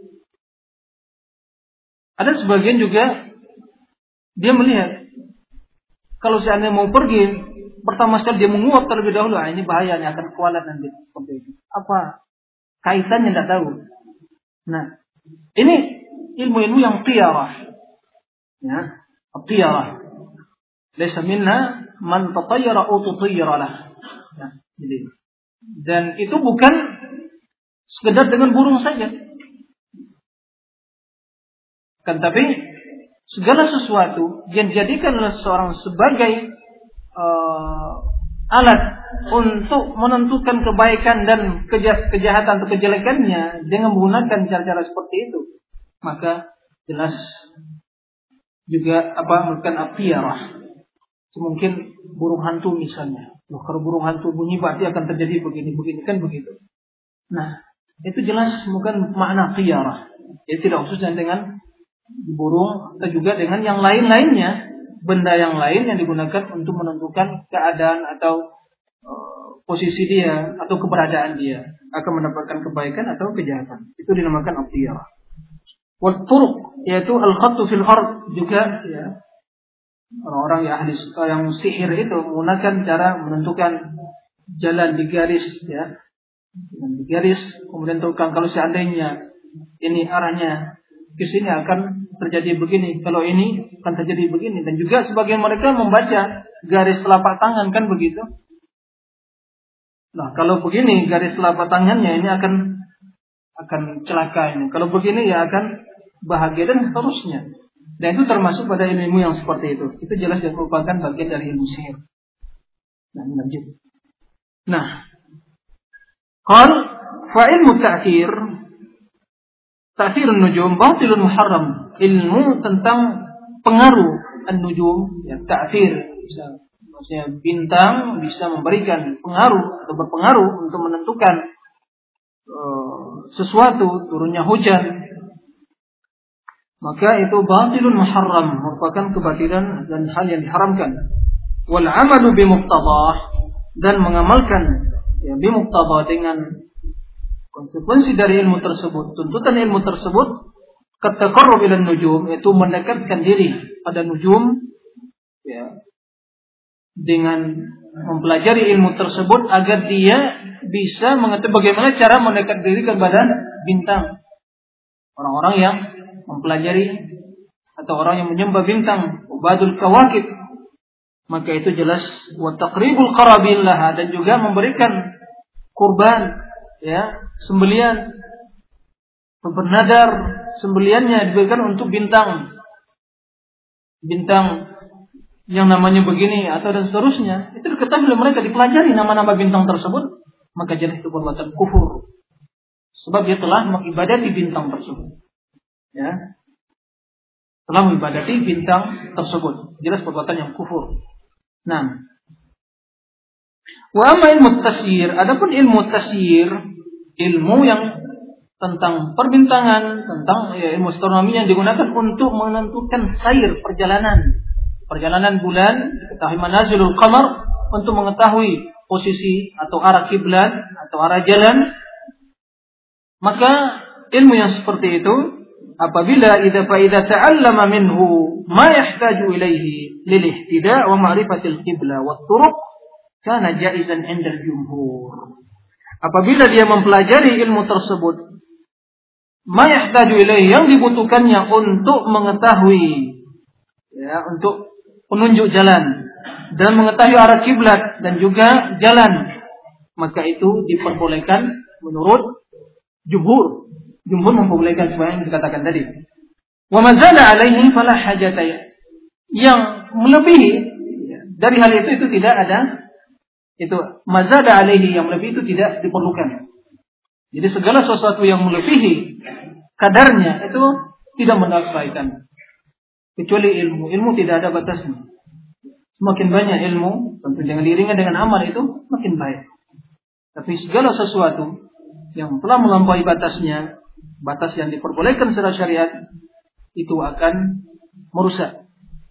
Ada sebagian juga dia melihat kalau seandainya mau pergi, pertama sekali dia menguap terlebih dahulu. Ini bahayanya, akan kualat nanti seperti itu. Apa kaitannya tidak tahu. Nah, ini ilmu-ilmu yang tiyarah. Ya, tiyarah. Laisa minna man tatayyara aw tutayyara lah. Ya, jadi. Dan itu bukan sekedar dengan burung saja. Kan tapi segala sesuatu yang dijadikan oleh seorang sebagai alat untuk menentukan kebaikan dan kejahatan atau kejelekannya dengan menggunakan cara-cara seperti itu, maka jelas juga melakukan atiyarah. Mungkin burung hantu misalnya. Kalau burung hantu bunyi berarti akan terjadi begini-begini, kan begitu. Nah, itu jelas bukan makna atiyarah. Jadi tidak khususnya dengan burung atau juga dengan yang lain-lainnya, benda yang lain yang digunakan untuk menentukan keadaan atau posisi dia atau keberadaan dia akan mendapatkan kebaikan atau kejahatan. Itu dinamakan atiyarah. Wa turuq, yaitu al-khattu fil ard, juga ya. Orang-orang yang sihir itu menggunakan cara menentukan jalan di garis, ya. Di garis, kemudian tentukan kalau seandainya ini arahnya ke sini akan terjadi begini, kalau ini akan terjadi begini. Dan juga sebagian mereka membaca garis telapak tangan, kan begitu. Nah, kalau begini garis telapak tangannya ini akan celaka ini. Kalau begini ya akan bahagia dan seterusnya. Dan itu termasuk pada ilmu yang seperti itu. Itu jelas yang merupakan bagian dari ilmu sihir. Nah, lanjut. Nah, qal fa ilmu ta'thir an-nujum batilun muharram. Ilmu tentang pengaruh an-nujum, ya, ta'thir, maksudnya bintang bisa memberikan pengaruh atau berpengaruh untuk menentukan sesuatu, turunnya hujan, maka itu batilun muharram, merupakan kebatilan dan hal yang diharamkan. Wal amalu bi muqtadah, dan mengamalkan ya bi muqtadah dengan konsekuensi dari ilmu tersebut, tuntutan ilmu tersebut, at-taqarrub ila nujum, yaitu mendekatkan diri pada nujum, ya, dengan mempelajari ilmu tersebut agar dia bisa mengetahui bagaimana cara mendekat diri kepada bintang. Orang-orang yang mempelajari atau orang yang menyembah bintang, ubadul kawakib, maka itu jelas wa taqribul qarabil laha, dan juga memberikan kurban, ya, sembelian, bernadar, sembeliannya diberikan untuk bintang yang namanya begini atau dan seterusnya. Itu diketahui oleh mereka, dipelajari nama-nama bintang tersebut, maka jelas itu perbuatan kufur, sebab dia telah mengibadati bintang tersebut. Ya, telah mengibadati bintang tersebut, jelas perbuatan yang kufur. Nah, wa amma ilmu tasyir, adapun ilmu tasyir, ilmu yang tentang perbintangan, tentang ya, ilmu astronomi yang digunakan untuk menentukan sair perjalanan bulan, mengetahui manazilul qamar, untuk mengetahui posisi atau arah kiblat atau arah jalan, maka ilmu yang seperti itu apabila idza ta'allama minhu ma yahtaju ilaihi lil ihtida' wa ma'rifatil qibla wat turuq kana jaizan 'inda al-jumhur. Apabila dia mempelajari ilmu tersebut, ma yahtaju ilaihi, yang dibutuhkannya untuk mengetahui, ya, untuk penunjuk jalan dan mengetahui arah kiblat dan juga jalan, maka itu diperbolehkan menurut jumhur. Jumhur membolehkan seperti yang dikatakan tadi. Wa mazala alaihi fala hajata, yang melebihi dari hal itu tidak ada itu mazada alaihi, yang lebih itu tidak diperlukan. Jadi segala sesuatu yang melebihi kadarnya itu tidak mendapat kebaikan. Kecuali ilmu. Ilmu tidak ada batasnya. Semakin banyak ilmu, tentu jangan diiringi dengan amal, itu makin baik. Tapi segala sesuatu yang telah melampaui batasnya, batas yang diperbolehkan secara syariat, itu akan merusak.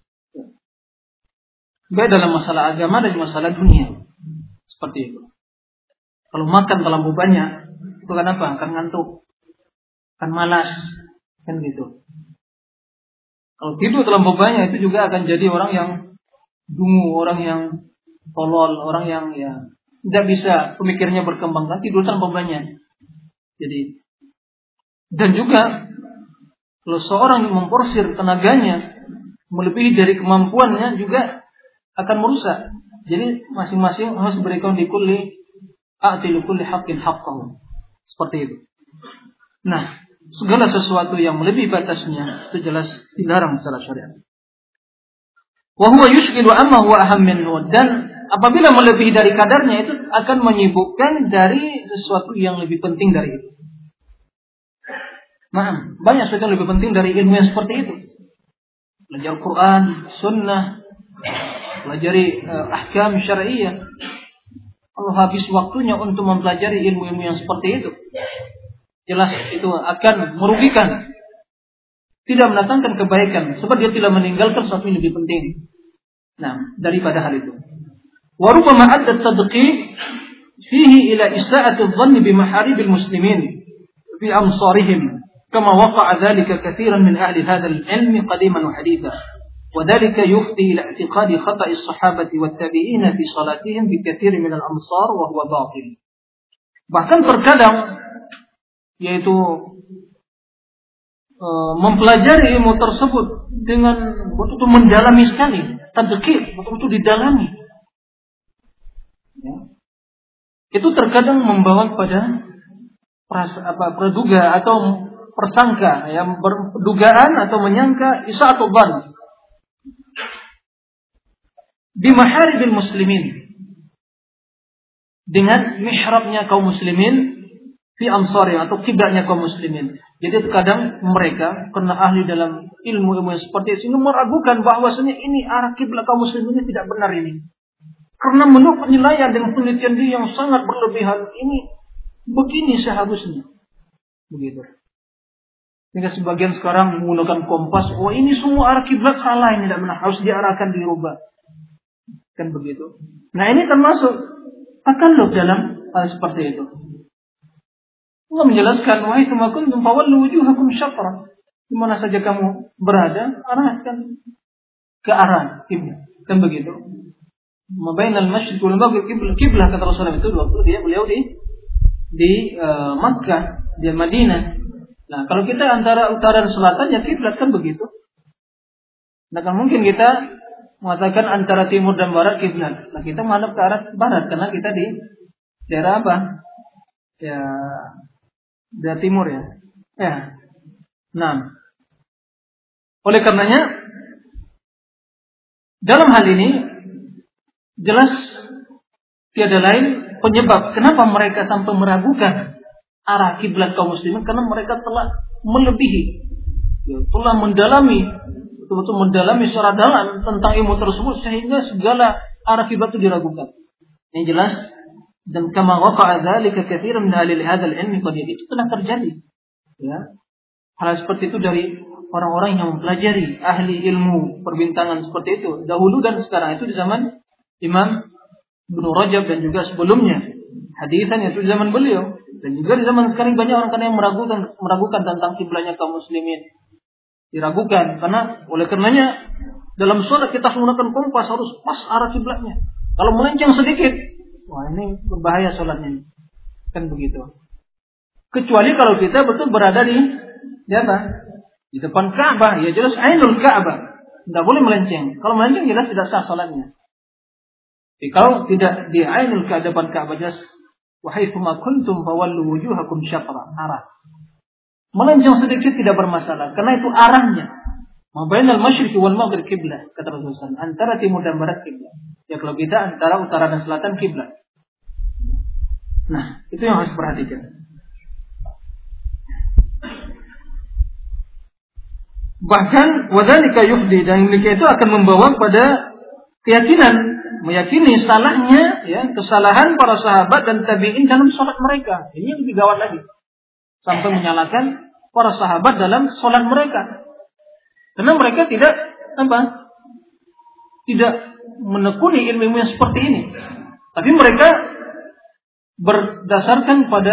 Baik dalam masalah agama dan masalah dunia. Seperti itu. Kalau makan terlalu banyak, itu kan apa? Akan ngantuk, akan malas, kan gitu. Kalau tidur terlalu banyak, itu juga akan jadi orang yang dungu, orang yang tolol, orang yang tidak bisa pemikirannya berkembang, kan tidur terlalu banyak. Jadi, dan juga kalau seorang yang memporsir tenaganya melebihi dari kemampuannya juga akan merusak. Jadi masing-masing harus berikan likulli haqqin haqqahu. Seperti itu. Nah, segala sesuatu yang melebihi batasnya itu jelas dilarang secara syariat. Wa huwa yushghilu amma huwa aham minhu, dan apabila melebihi dari kadarnya itu akan menyibukkan dari sesuatu yang lebih penting dari itu. Nah, banyak sesuatu yang lebih penting dari ilmu yang seperti itu. Belajar Quran, Sunnah, pelajari ahkam syar'iyyah. Kalau habis waktunya untuk mempelajari ilmu-ilmu yang seperti itu, jelas itu akan merugikan, tidak mendatangkan kebaikan, sebab dia tidak meninggalkan sesuatu yang lebih penting. Nah, daripada hal itu. Wa rubbama adda at-tadqiq fihi ila isa'ati adh-dhann bi maharibil muslimin fi amsarihim. كما وقع ذلك كثيرا من أهل هذا العلم قديما وحديثا وذلك يفضي إلى اعتقاد خطأ الصحابة والتابعين في صلاتهم بكثير من الأمصار وهو باطل. Bahkan terkadang yaitu mempelajari ilmu tersebut dengan betul-betul mendalami sekali, tadqiq, betul-betul didalami. Ya. Itu terkadang membawa kepada praduga atau persangka, yang berdugaan atau menyangka isa'atu dhann bi maharibil muslimin, dengan mihrabnya kaum muslimin fi amsari, atau kiblatnya kaum muslimin. Jadi terkadang mereka karena ahli dalam ilmu-ilmu yang seperti itu meragukan bahwasanya ini arah kiblat kaum muslimin tidak benar ini. Karena menurut penilaian dan penelitian dia yang sangat berlebihan, ini begini seharusnya. Begitu. Sehingga sebagian sekarang menggunakan kompas, oh ini semua arah kiblat salah, ini tidak benar, harus diarahkan, dirubah. Kan begitu. Nah, ini termasuk takalluf dalam hal seperti itu. Allah menjelaskan, wahai kama kuntum fawallu wujuhakum syatra. Di mana saja kamu berada, arahkan ke arah kiblat. Kan begitu. Mabainal masyriq wal maghrib kiblah, kata Rasulullah itu waktu beliau di Makkah, di Madinah. Nah, kalau kita antara utara dan selatan, ya kiblat, kan begitu. Nah, kan mungkin kita mengatakan antara timur dan barat kiblat. Nah, kita menghadap ke arah barat karena kita di daerah apa? Ya, daerah timur ya. Ya. Nah, oleh karenanya dalam hal ini jelas tiada lain penyebab kenapa mereka sampai meragukan arah kiblat kaum muslimin, karena mereka telah melebihi, telah mendalami, betul-betul mendalami secara dalam tentang ilmu tersebut sehingga segala arah kiblat itu diragukan. Ini jelas, dan kama waqa'a dzalika katsiran min ahli hadzal ilmi qadim, itu telah terjadi. Ya. Hal seperti itu dari orang-orang yang mempelajari, ahli ilmu perbintangan seperti itu dahulu dan sekarang, itu di zaman Imam Ibnu Rajab dan juga sebelumnya. Hadisan itu di zaman beliau. Dan juga di zaman sekarang banyak orang yang meragukan tentang kiblatnya kaum muslimin. Diragukan karena oleh karenanya dalam sholat kita menggunakan kompas, harus pas arah kiblatnya. Kalau melenceng sedikit, wah ini berbahaya sholatnya. Kan begitu. Kecuali kalau kita betul berada di apa? Di depan Ka'bah, ya jelas ainul Ka'bah. Tidak boleh melenceng. Kalau melenceng jelas tidak sah sholatnya. Jadi kalau tidak di ainul Ka'bah, depan Ka'bah, jelas wahai kama kuntum fawallu wujuhakum syatra, arah. Melenceng sedikit tidak bermasalah karena itu arahnya. Mabainal masyriq wal maghrib kiblah, kata Rasulullah, antara timur dan barat kiblat. Ya kalau kita antara utara dan selatan kiblat. Nah, itu yang harus perhatikan. Bahkan wadzalika yuhdi, dan demikian itu akan membawa pada keyakinan, meyakini salahnya ya, kesalahan para sahabat dan tabi'in dalam salat mereka. Ini yang lebih gawat lagi. Sampai menyalahkan para sahabat dalam salat mereka. Karena mereka tidak tidak menekuni ilmu yang seperti ini. Tapi mereka berdasarkan pada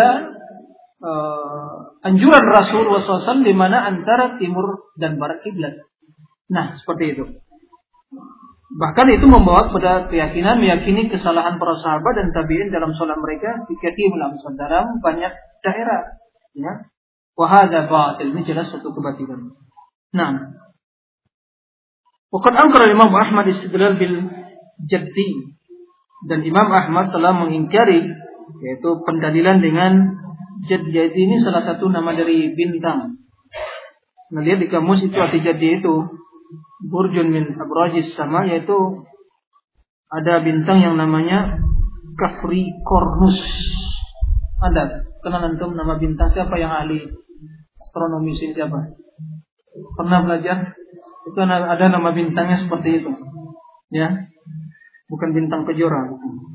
anjuran Rasulullah SAW di mana antara timur dan barat kiblat. Nah, seperti itu. Bahkan itu membawa pada keyakinan meyakini kesalahan para sahabat dan tabi'in dalam salat mereka di kathirul amsal dalam banyak daerah. Ya, wahada batil, ini jelas satu kebatilan. Nah, waqad ankara Imam Ahmad istidlal bil jaddi, dan Imam Ahmad telah mengingkari yaitu pendalilan dengan jaddi. Jadi ini salah satu nama dari bintang. Nah, lihat di kamus itu arti jaddi itu burjun min abrajis sama, yaitu ada bintang yang namanya Capricornus. Ada kenal antum nama bintang siapa yang ahli astronomi sini siapa? Pernah belajar? Itu ada nama bintangnya seperti itu. Ya. Bukan bintang kejora.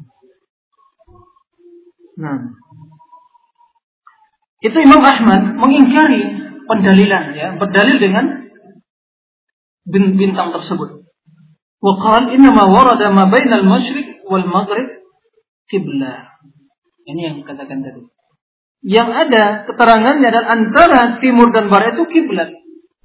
Nah, itu Imam Ahmad mengingkari pendalilan, ya, berdalil dengan bintang tersebut. Wa qala inna ma warada ma bainal masyriq wal maghrib qiblah. Ini yang katakan tadi. Yang ada keterangannya adalah antara timur dan barat itu kiblat.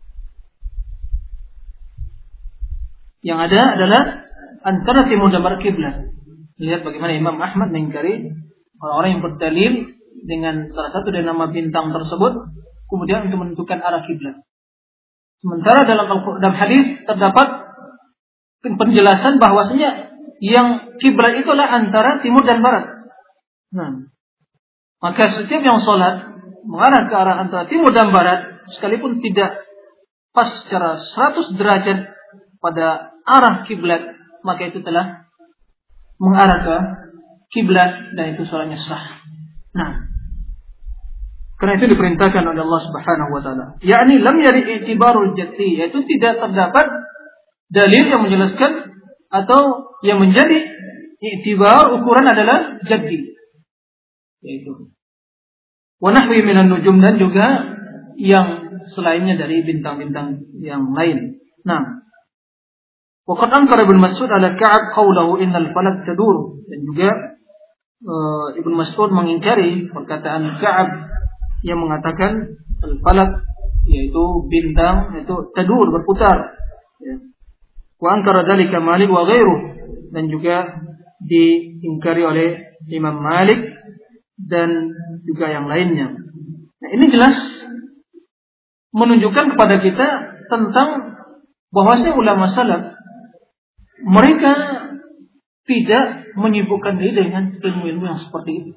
Yang ada adalah antara timur dan barat kiblat. Lihat bagaimana Imam Ahmad mengingkari orang-orang yang berdalil dengan salah satu dari nama bintang tersebut, kemudian untuk menentukan arah kiblat. Sementara dalam hadis terdapat penjelasan bahwasanya yang kiblat itulah antara timur dan barat. Nah, maka setiap yang sholat mengarah ke arah antara timur dan barat, sekalipun tidak pas secara 100 derajat pada arah kiblat, maka itu telah mengarah ke kiblat dan itu sholatnya sah. Nah, karena itu diperintahkan oleh Allah Subhanahu wa taala. Yakni lam yari i'tibarul jati, yaitu tidak terdapat dalil yang menjelaskan atau yang menjadi i'tibar ukuran adalah jati. Yaitu wa nahwi minan nujum, dan juga yang selainnya dari bintang-bintang yang lain. Nah, wa qad ankara Ibnu Mas'ud ala Ka'ab qawluhu innal falak tadur, dan juga Ibnu Mas'ud mengingkari perkataan Ka'ab yang mengatakan al-falak yaitu bintang itu tadur, berputar. Ya. Wa ankara dzalika Malik wa ghairuh, dan juga diingkari oleh Imam Malik dan juga yang lainnya. Nah, ini jelas menunjukkan kepada kita tentang bahwasanya ulama salaf mereka tidak menyibukkan diri dengan ilmu-ilmu yang seperti itu.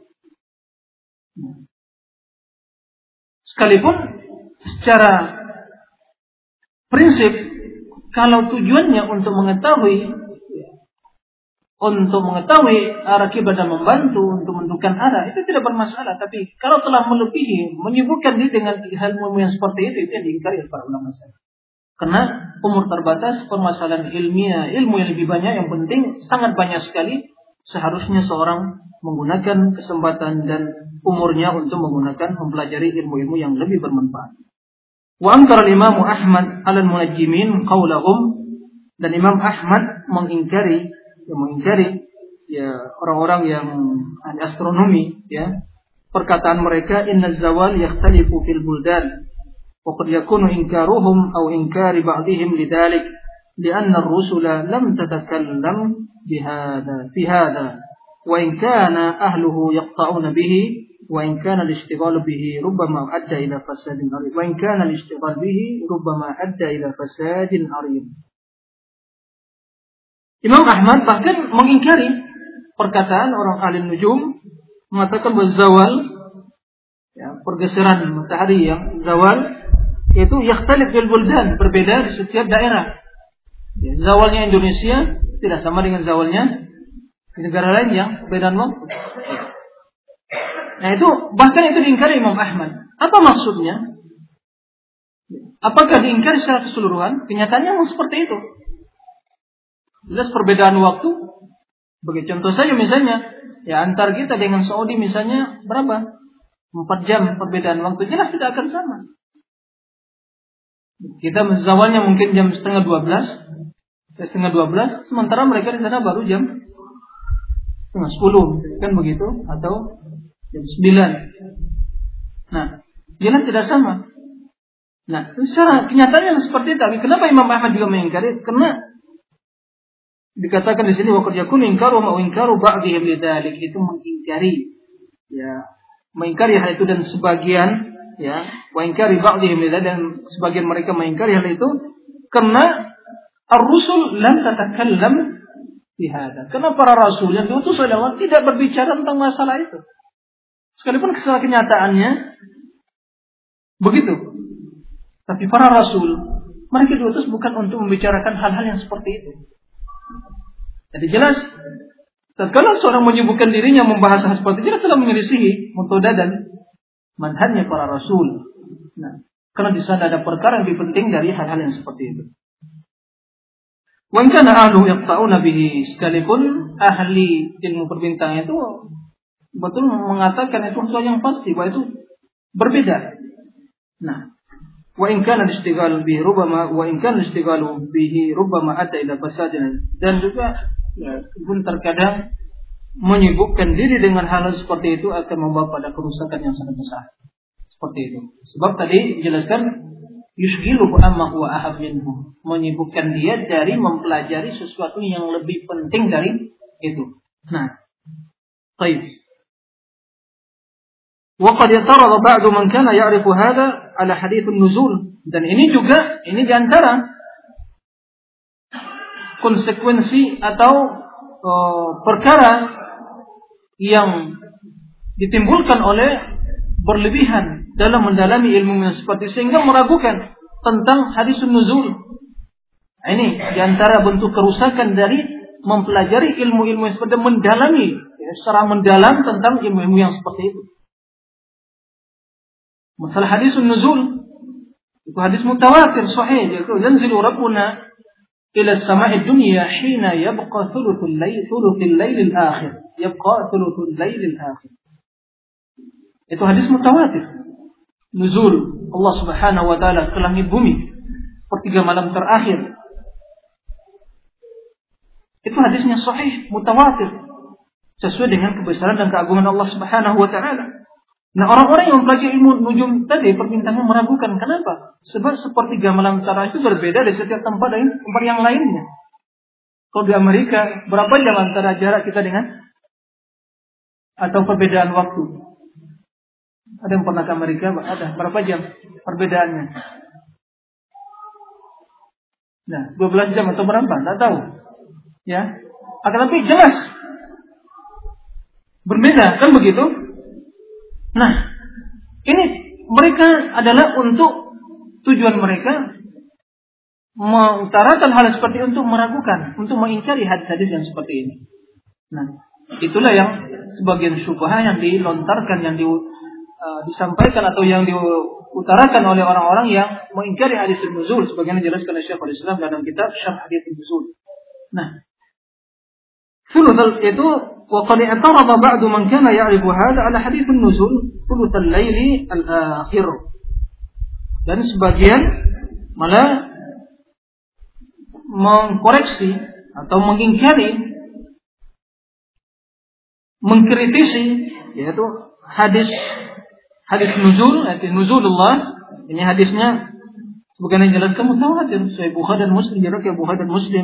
Sekalipun secara prinsip kalau tujuannya untuk mengetahui arah kiblat dan membantu untuk menentukan arah, itu tidak bermasalah. Tapi kalau telah melebihi, menyibukkan diri dengan ilmu yang seperti itu yang diingkari oleh para ulama salaf. Karena umur terbatas, permasalahan ilmiah, ilmu yang lebih banyak, yang penting sangat banyak sekali. Seharusnya seorang menggunakan kesempatan dan umurnya untuk mempelajari ilmu-ilmu yang lebih bermanfaat. Wa ankara Imam Ahmad 'ala al-munajjimin qaulahum, dan Imam Ahmad mengingkari orang-orang yang ahli astronomi, ya, perkataan mereka inna zawal yakhtalifu fil buldan wa qad yakunu inkaruhum aw inkari ba'dihim lidzalik li'anna ar-rusula lam tatakallam fi hadha wa in kana ahluhu yaqta'una bihi wa in kana al-ishtighal bihi rubbama adda ila fasadin arib wa in kana al-ishtighal bihi rubbama adda ila fasadin arib. Imam Ahmad bahkan mengingkari perkataan orang ahli nujum, mengatakan bahwa zawal, ya, pergeseran matahari yang zawal itu yakhtalif bil buldan, berbeda di setiap daerah. Ya, zawalnya Indonesia tidak sama dengan zawalnya Di negara lain yang perbedaan waktu. Nah itu bahkan itu diingkari Imam Ahmad. Apa maksudnya? Apakah diingkari secara keseluruhan? Kenyataannya memang seperti itu. Jelas perbedaan waktu. Bagi contoh saja misalnya, ya antar kita dengan Saudi misalnya berapa? 4 jam perbedaan waktu, jelas tidak akan sama. Kita zawalnya mungkin jam setengah 12, sementara mereka di sana baru jam setengah 10, kan begitu? Atau jam 9. Nah, jelas tidak sama. Nah, secara kenyataannya seperti itu. Tapi kenapa Imam Ahmad juga mengingkari? Karena dikatakan di sini wa qad yakunu inkaru ma inkaru ba'dihim lidzalik, itu mengingkari, ya, mengingkari hal itu dan sebagian, ya, wa inkari ba'dihim lidzalik, dan sebagian mereka mengingkari hal itu karena ar-rusul lam tatakallam fi hada. Karena para rasul yang diutus oleh Allah tidak berbicara tentang masalah itu. Sekalipun secara kenyataannya begitu. Tapi para rasul, mereka diutus bukan untuk membicarakan hal-hal yang seperti itu. Jadi jelas, kalau seorang menyibukkan dirinya membahas hal seperti itu, dia telah menyelisihi metode dan manhajnya para rasul. Nah, karena di sana ada perkara yang lebih penting dari hal-hal yang seperti itu. Wa in kana ahlu yaqta'una bihi, sekalipun ahli ilmu perbintangan itu betul mengatakan itu sesuatu yang pasti bahwa itu berbeda. Nah, wa in kana istighal bihi rubbama adda ila fasadin, dan juga ya, pun terkadang menyibukkan diri dengan hal seperti itu akan membawa pada kerusakan yang sangat besar. Seperti itu. Sebab tadi dijelaskan yushghiluhu amma huwa aham minhu, menyibukkan dia dari mempelajari sesuatu yang lebih penting dari itu. Nah, baik. Wa qad yatarada ba'du man kana ya'rifu hadha ala hadits an-nuzul, dan ini juga di antara konsekuensi atau perkara yang ditimbulkan oleh berlebihan dalam mendalami ilmu yang seperti sehingga meragukan tentang hadis nuzul. Ini di antara bentuk kerusakan dari mempelajari ilmu-ilmu yang seperti mendalami secara mendalam tentang ilmu-ilmu yang seperti itu. Masalah hadis nuzul itu hadis mutawatir sahih, yaitu yanzilu rabbuna ila as-sama'i dunya hina yabqa thuluthul layl al-akhir. Itu hadis mutawatir. Nuzul Allah Subhanahu wa taala ke langit bumi sepertiga malam terakhir. Itu hadisnya sahih, mutawatir, sesuai dengan kebesaran dan keagungan Allah Subhanahu wa taala. Nah, orang-orang yang mempelajari ilmu nujum tadi perbintangan meragukan. Kenapa? Sebab sepertiga malam terakhir itu berbeda dari setiap tempat dan tempat yang lainnya. Kalau di Amerika, berapa jam antara jarak kita dengan atau perbedaan waktu? Ada yang pernah ke Amerika? Ada. Berapa jam perbedaannya? Nah, 12 jam atau berapa? Tidak tahu. Ya. Akan tapi jelas berbeda, kan begitu? Nah, ini mereka adalah untuk tujuan mereka mengutarakan hal seperti untuk meragukan, untuk mengingkari hadis-hadis yang seperti ini. Nah, itulah yang sebagian syubhat yang dilontarkan, yang disampaikan atau yang diutarakan oleh orang-orang yang mengingkari hadis nuzul, sebagaimana dijelaskan oleh Syekhul Islam dalam kitab Syarh Hadits Nuzul. Nah, thuluth itu wa qad i'tarada ba'du man kana ya'rifu hadha ala hadits nuzul thuluth al-lail al-akhir. Dan sebagian malah mengkoreksi atau mengingkari, mengkritisi, yaitu hadis nuzul, yaitu nuzulullah. Ini hadisnya sebagaimana dijelaskan mutawatir, Sahih Bukhari dan Muslim, riwayat Bukhari dan Muslim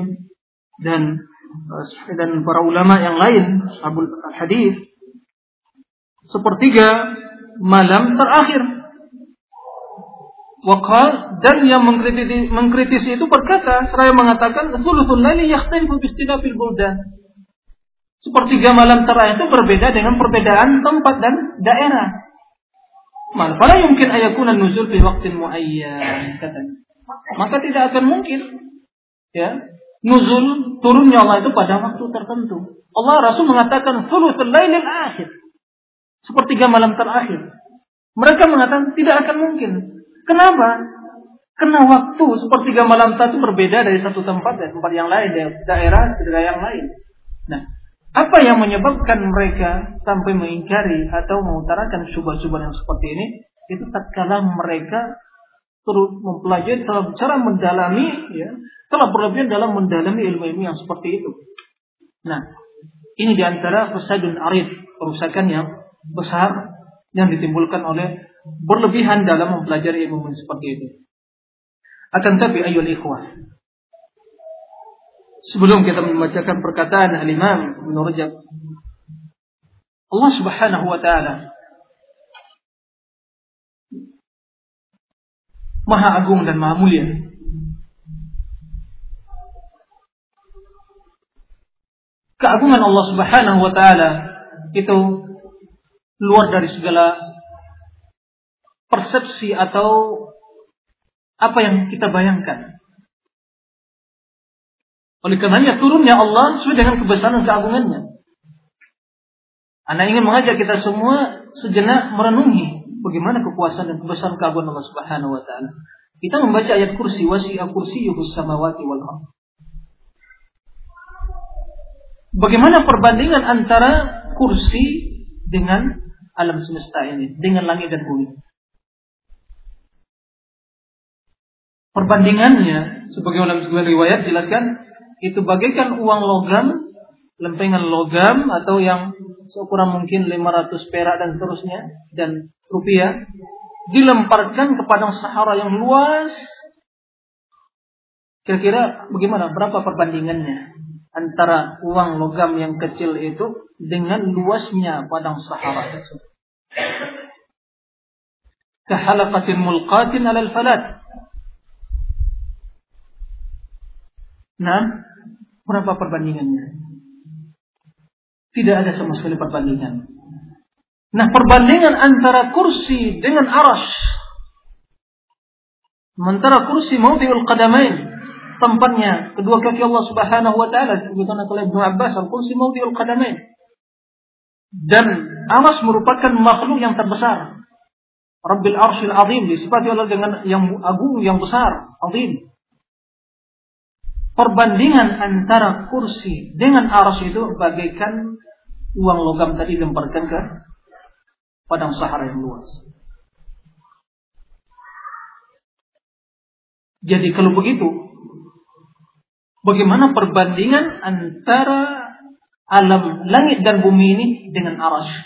dan para ulama yang lain, Ashabul Hadis, sepertiga malam terakhir. Waqal, dan yang mengkritisi itu berkata, seraya mengatakan thuluthul laili yakhtalifu bi ikhtilafil buldan. Sepertiga malam terakhir itu berbeda dengan perbedaan tempat dan daerah. Fala yumkin ayakuna nuzul fi waqtin muayyan, katanya. Maka tidak akan mungkin, ya, nuzul turunnya Allah itu pada waktu tertentu. Allah Rasul mengatakan thuluthul lailil akhir, sepertiga malam terakhir. Mereka mengatakan tidak akan mungkin. Kenapa? Karena waktu sepertiga malam itu berbeda dari satu tempat dan tempat yang lain, daerah yang lain. Nah, apa yang menyebabkan mereka sampai mengingkari atau mengutarakan syubhat-syubhat yang seperti ini? Itu tatkala mereka terus mempelajari cara mendalami, telah berlebihan dalam mendalami ilmu-ilmu yang seperti itu. Nah, ini diantara fasadun arif, kerusakan yang besar yang ditimbulkan oleh berlebihan dalam mempelajari ilmu seperti itu. Akan tapi ayyuhal ikhwah, sebelum kita membacakan perkataan Al-Imam Ibnu Rajab, Allah Subhanahu wa taala Maha Agung dan Maha Mulia. Keagungan Allah Subhanahu wa taala itu luar dari segala persepsi atau apa yang kita bayangkan. Oleh karenanya turunnya Allah sesuai dengan kebesaran keagungannya. Anda ingin mengajak kita semua sejenak merenungi bagaimana kekuasaan dan kebesaran keagungan Allah Subhanahu wa taala. Kita membaca ayat kursi, wasi'a kursiyyuhus samawati wal ardh. Bagaimana perbandingan antara kursi dengan alam semesta ini, dengan langit dan bumi? Perbandingannya, sebagaimana sebuah riwayat jelaskan, itu bagaikan uang logam, lempengan logam atau yang seukuran mungkin 500 perak dan seterusnya, dan rupiah, dilemparkan ke padang Sahara yang luas. Kira-kira bagaimana? Berapa perbandingannya antara uang logam yang kecil itu dengan luasnya padang Sahara itu? Kahalaqatin mulqatin 'alal falat. Nah, berapa perbandingannya? Tidak ada sama sekali perbandingan. Nah, perbandingan antara kursi dengan arasy. Sementara kursi mawdi'ul qadamain, tempatnya kedua kaki Allah Subhanahu wa taala, disebutkan oleh Ibnu Abbas, al-kursi mawdi'ul qadamain. Dan arasy merupakan makhluk yang terbesar. Rabbil Arsyil Azim, disifati Allah dengan yang agung, yang besar, azim. Perbandingan antara kursi dengan arasy itu bagaikan uang logam tadi dilemparkan ke padang Sahara yang luas. Jadi kalau begitu, bagaimana perbandingan antara alam langit dan bumi ini dengan arasy?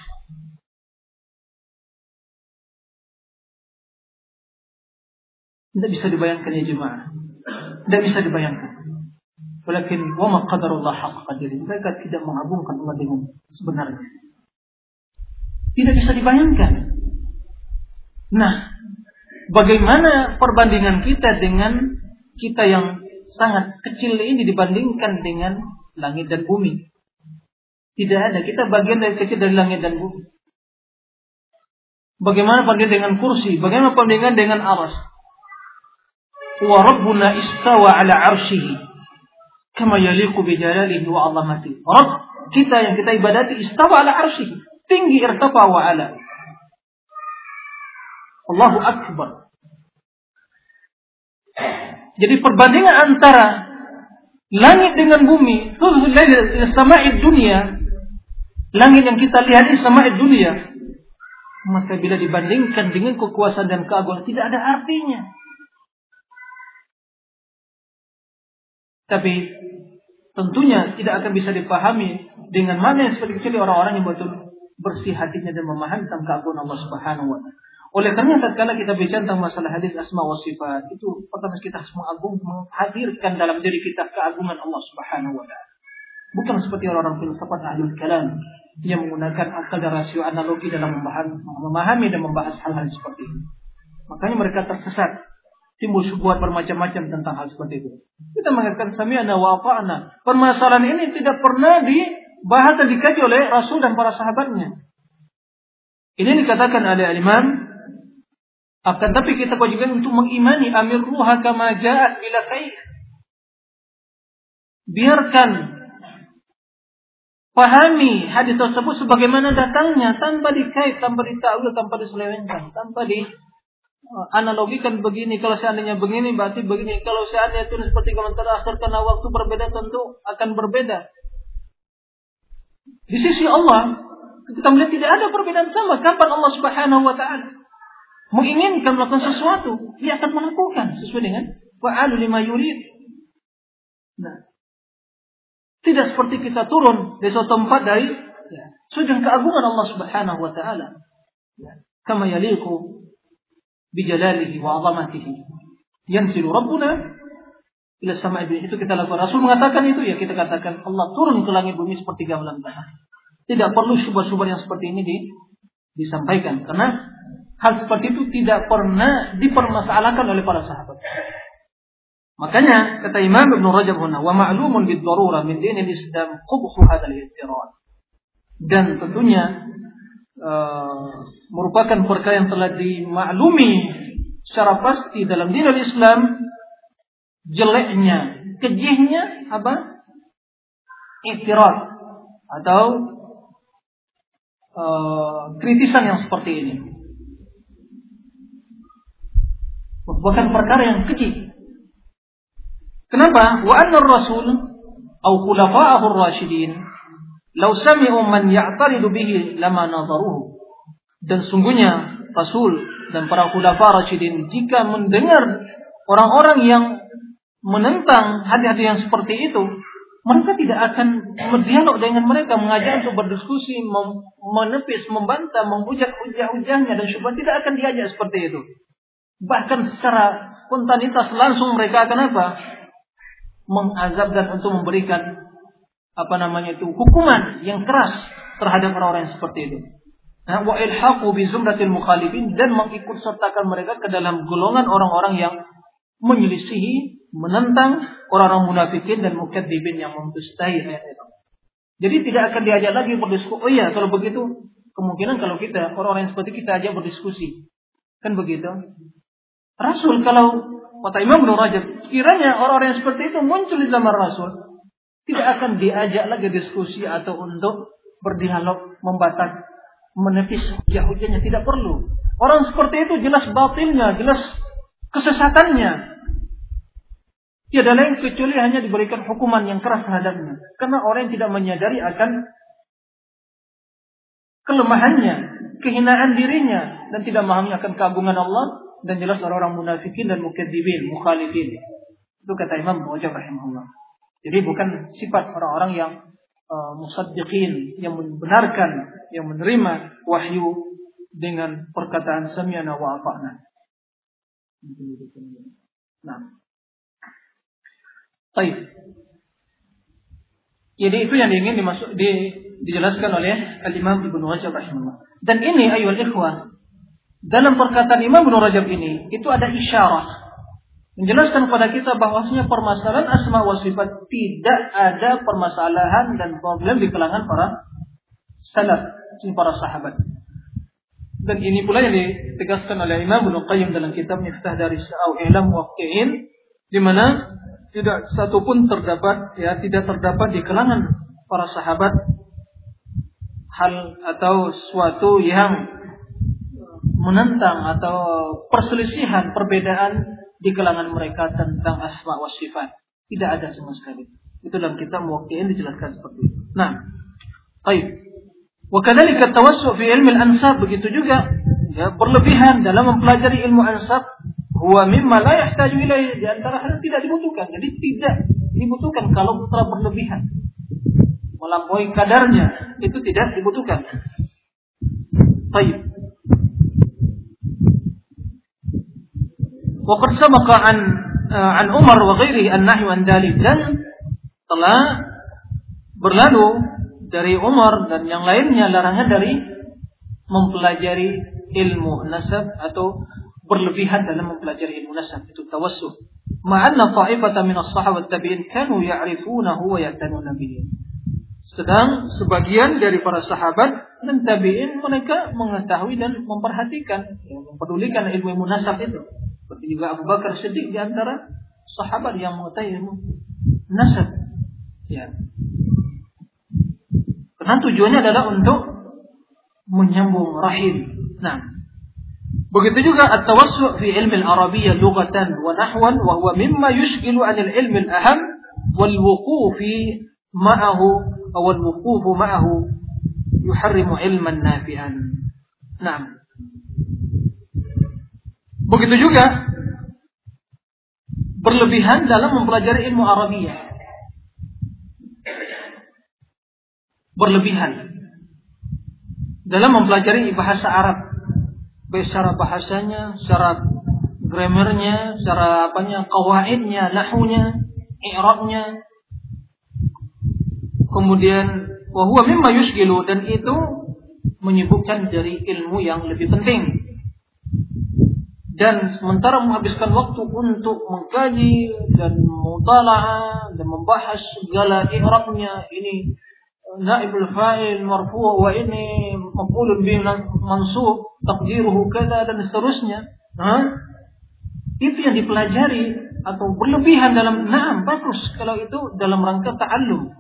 Tidak bisa dibayangkan ya jemaah. Tidak bisa dibayangkan. Walakin wa ma qadarullah haqqa qadrihi. Mereka tidak mengagungkan Allah dengan sebenarnya. Tidak bisa dibayangkan. Nah, bagaimana perbandingan kita dengan kita yang sangat kecil ini dibandingkan dengan langit dan bumi? Tidak ada. Kita bagian dari kecil dari langit dan bumi. Bagaimana perbandingan dengan kursi? Bagaimana perbandingan dengan arasy? Wa rabbuna istawa ala arsyihi kama yaliqu bi jalalihi wa 'azamatihi. Rabb kita yang kita ibadati istawa ala arsyihi, tinggi, irtafa wa ala. Allahu akbar. Jadi perbandingan antara langit dengan bumi, thuluthul lail sama'id dunya, langit yang kita lihat di sama'id dunya, maka bila dibandingkan dengan kekuasaan dan keagungan tidak ada artinya. Tapi tentunya tidak akan bisa dipahami dengan mana yang seperti kecuali orang-orang yang betul bersih hatinya dan memahami tentang keagungan Allah Subhanahu wa taala. Oleh karena tatkala kita bicara tentang masalah hadis asma wa sifat, itu pertama kita harus menghadirkan dalam diri kita keagungan Allah Subhanahu wa taala. Bukan seperti orang-orang filsafat ahlul kalam yang menggunakan akal dan rasio analogi dalam memahami dan membahas hal-hal seperti ini. Makanya mereka tersesat. Timbul syubhat bermacam-macam tentang hal seperti itu. Kita mengatakan sami'na wa ata'na. Permasalahan ini tidak pernah dibahas dan dikaji oleh Rasul dan para sahabatnya. Ini dikatakan oleh Al-Imam, akan tapi kita kewajiban untuk mengimani amirruha kama ja'at bila khair. biarkan, pahami hadis tersebut sebagaimana datangnya, tanpa dikait, tanpa ditakwil, tanpa diselewengkan, tanpa dianalogikan begini. Kalau seandainya begini, berarti begini. Kalau seandainya itu seperti kalau terakhir karena waktu berbeda, tentu akan berbeda. Di sisi Allah, kita melihat tidak ada perbedaan sama. Kapan Allah Subhanahu wa Ta'ala menginginkan melakukan sesuatu, Dia akan melakukan sesuai dengan fa'alu lima yurid. Nah, tidak seperti kita turun dari suatu tempat dari sudah keagungan Allah Subhanahu wa Ta'ala. Kama yaliqu bi jalalihi wa 'azamatihi. Yanzilu Rabbuna ila sama'i dunya. Itu kita lakukan. Rasul mengatakan itu, ya kita katakan Allah turun ke langit bumi seperti gambaran tanah. Tidak perlu syubhat-syubhat yang seperti ini disampaikan, karena hal seperti itu tidak pernah dipermasalahkan oleh para sahabat. Makanya kata Imam Ibn Rajab huna, wa ma'lumun bid-darurah min dinil Islam qubhu hadzal i'tirad. Dan tentunya merupakan perkara yang telah dimaklumi secara pasti dalam dinil Islam jeleknya, kejihnya apa? I'tirad atau kritisan yang seperti ini. Bukan perkara yang keji. Kenapa? Wa anna ar-rasul aw khulafa'ahu ar-rasyidin law sami'u man ya'taridu bihi lama nadaruhu. Dan sungguhnya Rasul dan para khulafa rasyidin jika mendengar orang-orang yang menentang hadis-hadis yang seperti itu, mereka tidak akan berdialog dengan mereka, mengajak untuk berdiskusi, menepis, membantah, menghujat hujah-hujahnya dan syubhat. Tidak akan diajak seperti itu. Bahkan secara spontanitas langsung mereka akan apa? Mengazabkan untuk memberikan hukuman yang keras terhadap orang-orang yang seperti itu. Wa ilhaqu bi zumratil mukhalifin, dan mengikut sertakan mereka ke dalam golongan orang-orang yang menyelisihi, menentang orang-orang munafikin dan mukadzibin yang mendustai ayat itu. Jadi tidak akan diajak lagi berdiskusi. Oh iya, kalau begitu kemungkinan kalau kita orang-orang yang seperti kita ajak berdiskusi, kan begitu. Rasul, kalau kata Imam Ibn Rajab, kiranya orang-orang yang seperti itu muncul di zaman Rasul, tidak akan diajak lagi diskusi atau untuk berdialog, membatas, menepis hujah-hujahnya, tidak perlu. Orang seperti itu jelas batilnya, jelas kesesatannya. Tiada lain kecuali hanya diberikan hukuman yang keras terhadapnya. Karena orang yang tidak menyadari akan kelemahannya, kehinaan dirinya, dan tidak memahami akan keagungan Allah, dan jelas orang-orang munafikin dan mukadzibin, mukhalifin. Itu kata Imam Rajab rahimahullah. Jadi bukan sifat orang-orang yang musaddiqin, yang membenarkan, yang menerima wahyu dengan perkataan sami'na wa ata'na. Nah, baik. Jadi itu yang ingin dijelaskan oleh Al-Imam Ibnu Rajab rahimahullah. Dan ini ayyuhal ikhwah, dalam perkataan Imam Ibnu Rajab ini itu ada isyarah menjelaskan kepada kita bahwasanya permasalahan asma wa sifat tidak ada permasalahan dan problem di kalangan para salaf, para sahabat. Dan ini pula yang ditegaskan oleh Imam Ibnu Qayyim dalam kitab Miftah Daris I'lam Muwaqqi'in, di mana tidak satu pun tidak terdapat di kalangan para sahabat hal atau suatu yang menentang atau perselisihan, perbedaan di kalangan mereka tentang asma wa sifat. Tidak ada sama sekali. Itu dalam kitab Muwaqqi'in dijelaskan seperti itu. Nah, baik. Wa kadzalika tawassu' fi ilmi al-ansab, begitu juga berlebihan dalam mempelajari ilmu ansab, huwa mimma la yahtaju ilaihi, di antara hal yang tidak dibutuhkan. Jadi tidak dibutuhkan kalau terlalu berlebihan, melampaui kadarnya, itu tidak dibutuhkan. Baik. Waqad sabaqa an Umar wa ghairihi an-nahy an dzalik, dan telah berlalu dari Umar dan yang lainnya larangan dari mempelajari ilmu nasab atau berlebihan dalam mempelajari ilmu nasab, itu tawassuh. Ma'anna ta'ifatan min as-sahabah tabi'in kanu ya'rifunahu wa ya'tanuna bihi. Sedang sebagian dari para sahabat dan tabi'in mereka mengetahui dan memperhatikan, mempedulikan ilmu nasab itu. Seperti juga Abu Bakar Siddiq di antara sahabat yang mengetahui ilmu nasab. Ya. Karena tujuannya adalah untuk menyambung rahim. Nah, begitu juga at-tawassu' fi ilmi al-arabiyyah lughatan wa nahwan wa huwa mimma yushghilu 'an al-ilm al-aham wal wuqufi ma'ahu aw al wuqufu ma'ahu yuharrimu ilman nafi'an. Nah, begitu juga berlebihan dalam mempelajari ilmu Arabiyah. Berlebihan dalam mempelajari bahasa Arab, baik secara bahasanya, secara grammarnya, secara qawaidnya, nahwunya, i'rabnya. Kemudian wa huwa mimma yushghilu, dan itu menyibukkan dari ilmu yang lebih penting. Dan sementara menghabiskan waktu untuk mengkaji dan mutalaah dan membahas segala i'rabnya, ini naibul fa'il marfu' wa ini maf'ulun bihi mansub taqdiruhu kadza dan seterusnya. Itu yang dipelajari atau berlebihan dalam bagus kalau itu dalam rangka ta'allum.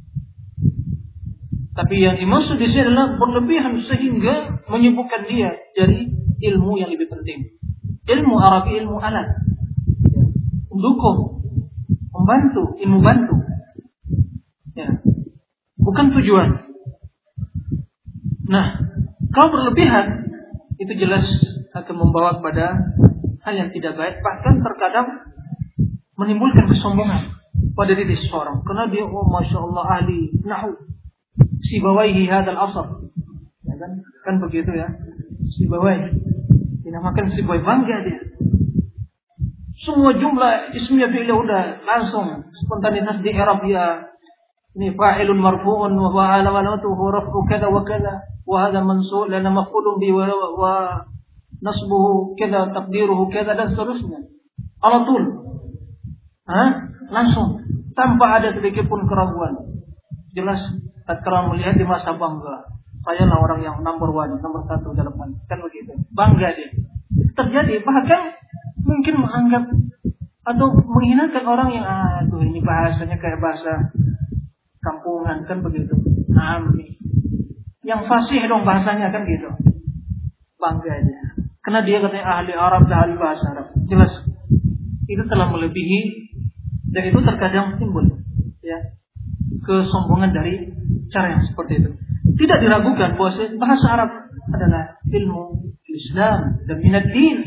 Tapi yang dimaksud di sini adalah berlebihan sehingga menyibukkan dia dari ilmu yang lebih penting. Ilmu Arabi, ilmu alat, mendukung, membantu, ilmu bantu. Ya. Bukan tujuan. Nah, kalau berlebihan itu jelas akan membawa pada hal yang tidak baik, bahkan terkadang menimbulkan kesombongan pada diri seseorang. Karena dia, masya Allah, ahli nahwu, sibawaihi hadal asar, ya kan begitu ya, sibawaihi, dinamakan sibawaihi, bangga dia. Semua jumlah ismiyah fi'liyah udah langsung spontanitas di Arab dia. Ini fa'ilun marfu'un wa alamatuhu raf'u kada wa kada wa hadha mansub lana maf'ulun bi wa nasbuhu kada taqdiruhu kada dan seterusnya. Alatul. Langsung tanpa ada sedikit pun keraguan. Jelas tatkala melihat di masa bangga. Saya lah orang yang nomor 1 dalam hal kan begitu. Bangga dia. Itu terjadi, bahkan mungkin menganggap atau menghinakan orang yang ini bahasanya kayak bahasa kampungan kan begitu. Yang fasih dong bahasanya kan gitu. Bangga dia. Karena dia katanya ahli Arab dan ahli bahasa Arab. Jelas itu telah melebihi, dan itu terkadang timbul ya kesombongan dari cara yang seperti itu. Tidak diragukan bahwa bahasa Arab adalah ilmu Islam dan minad din.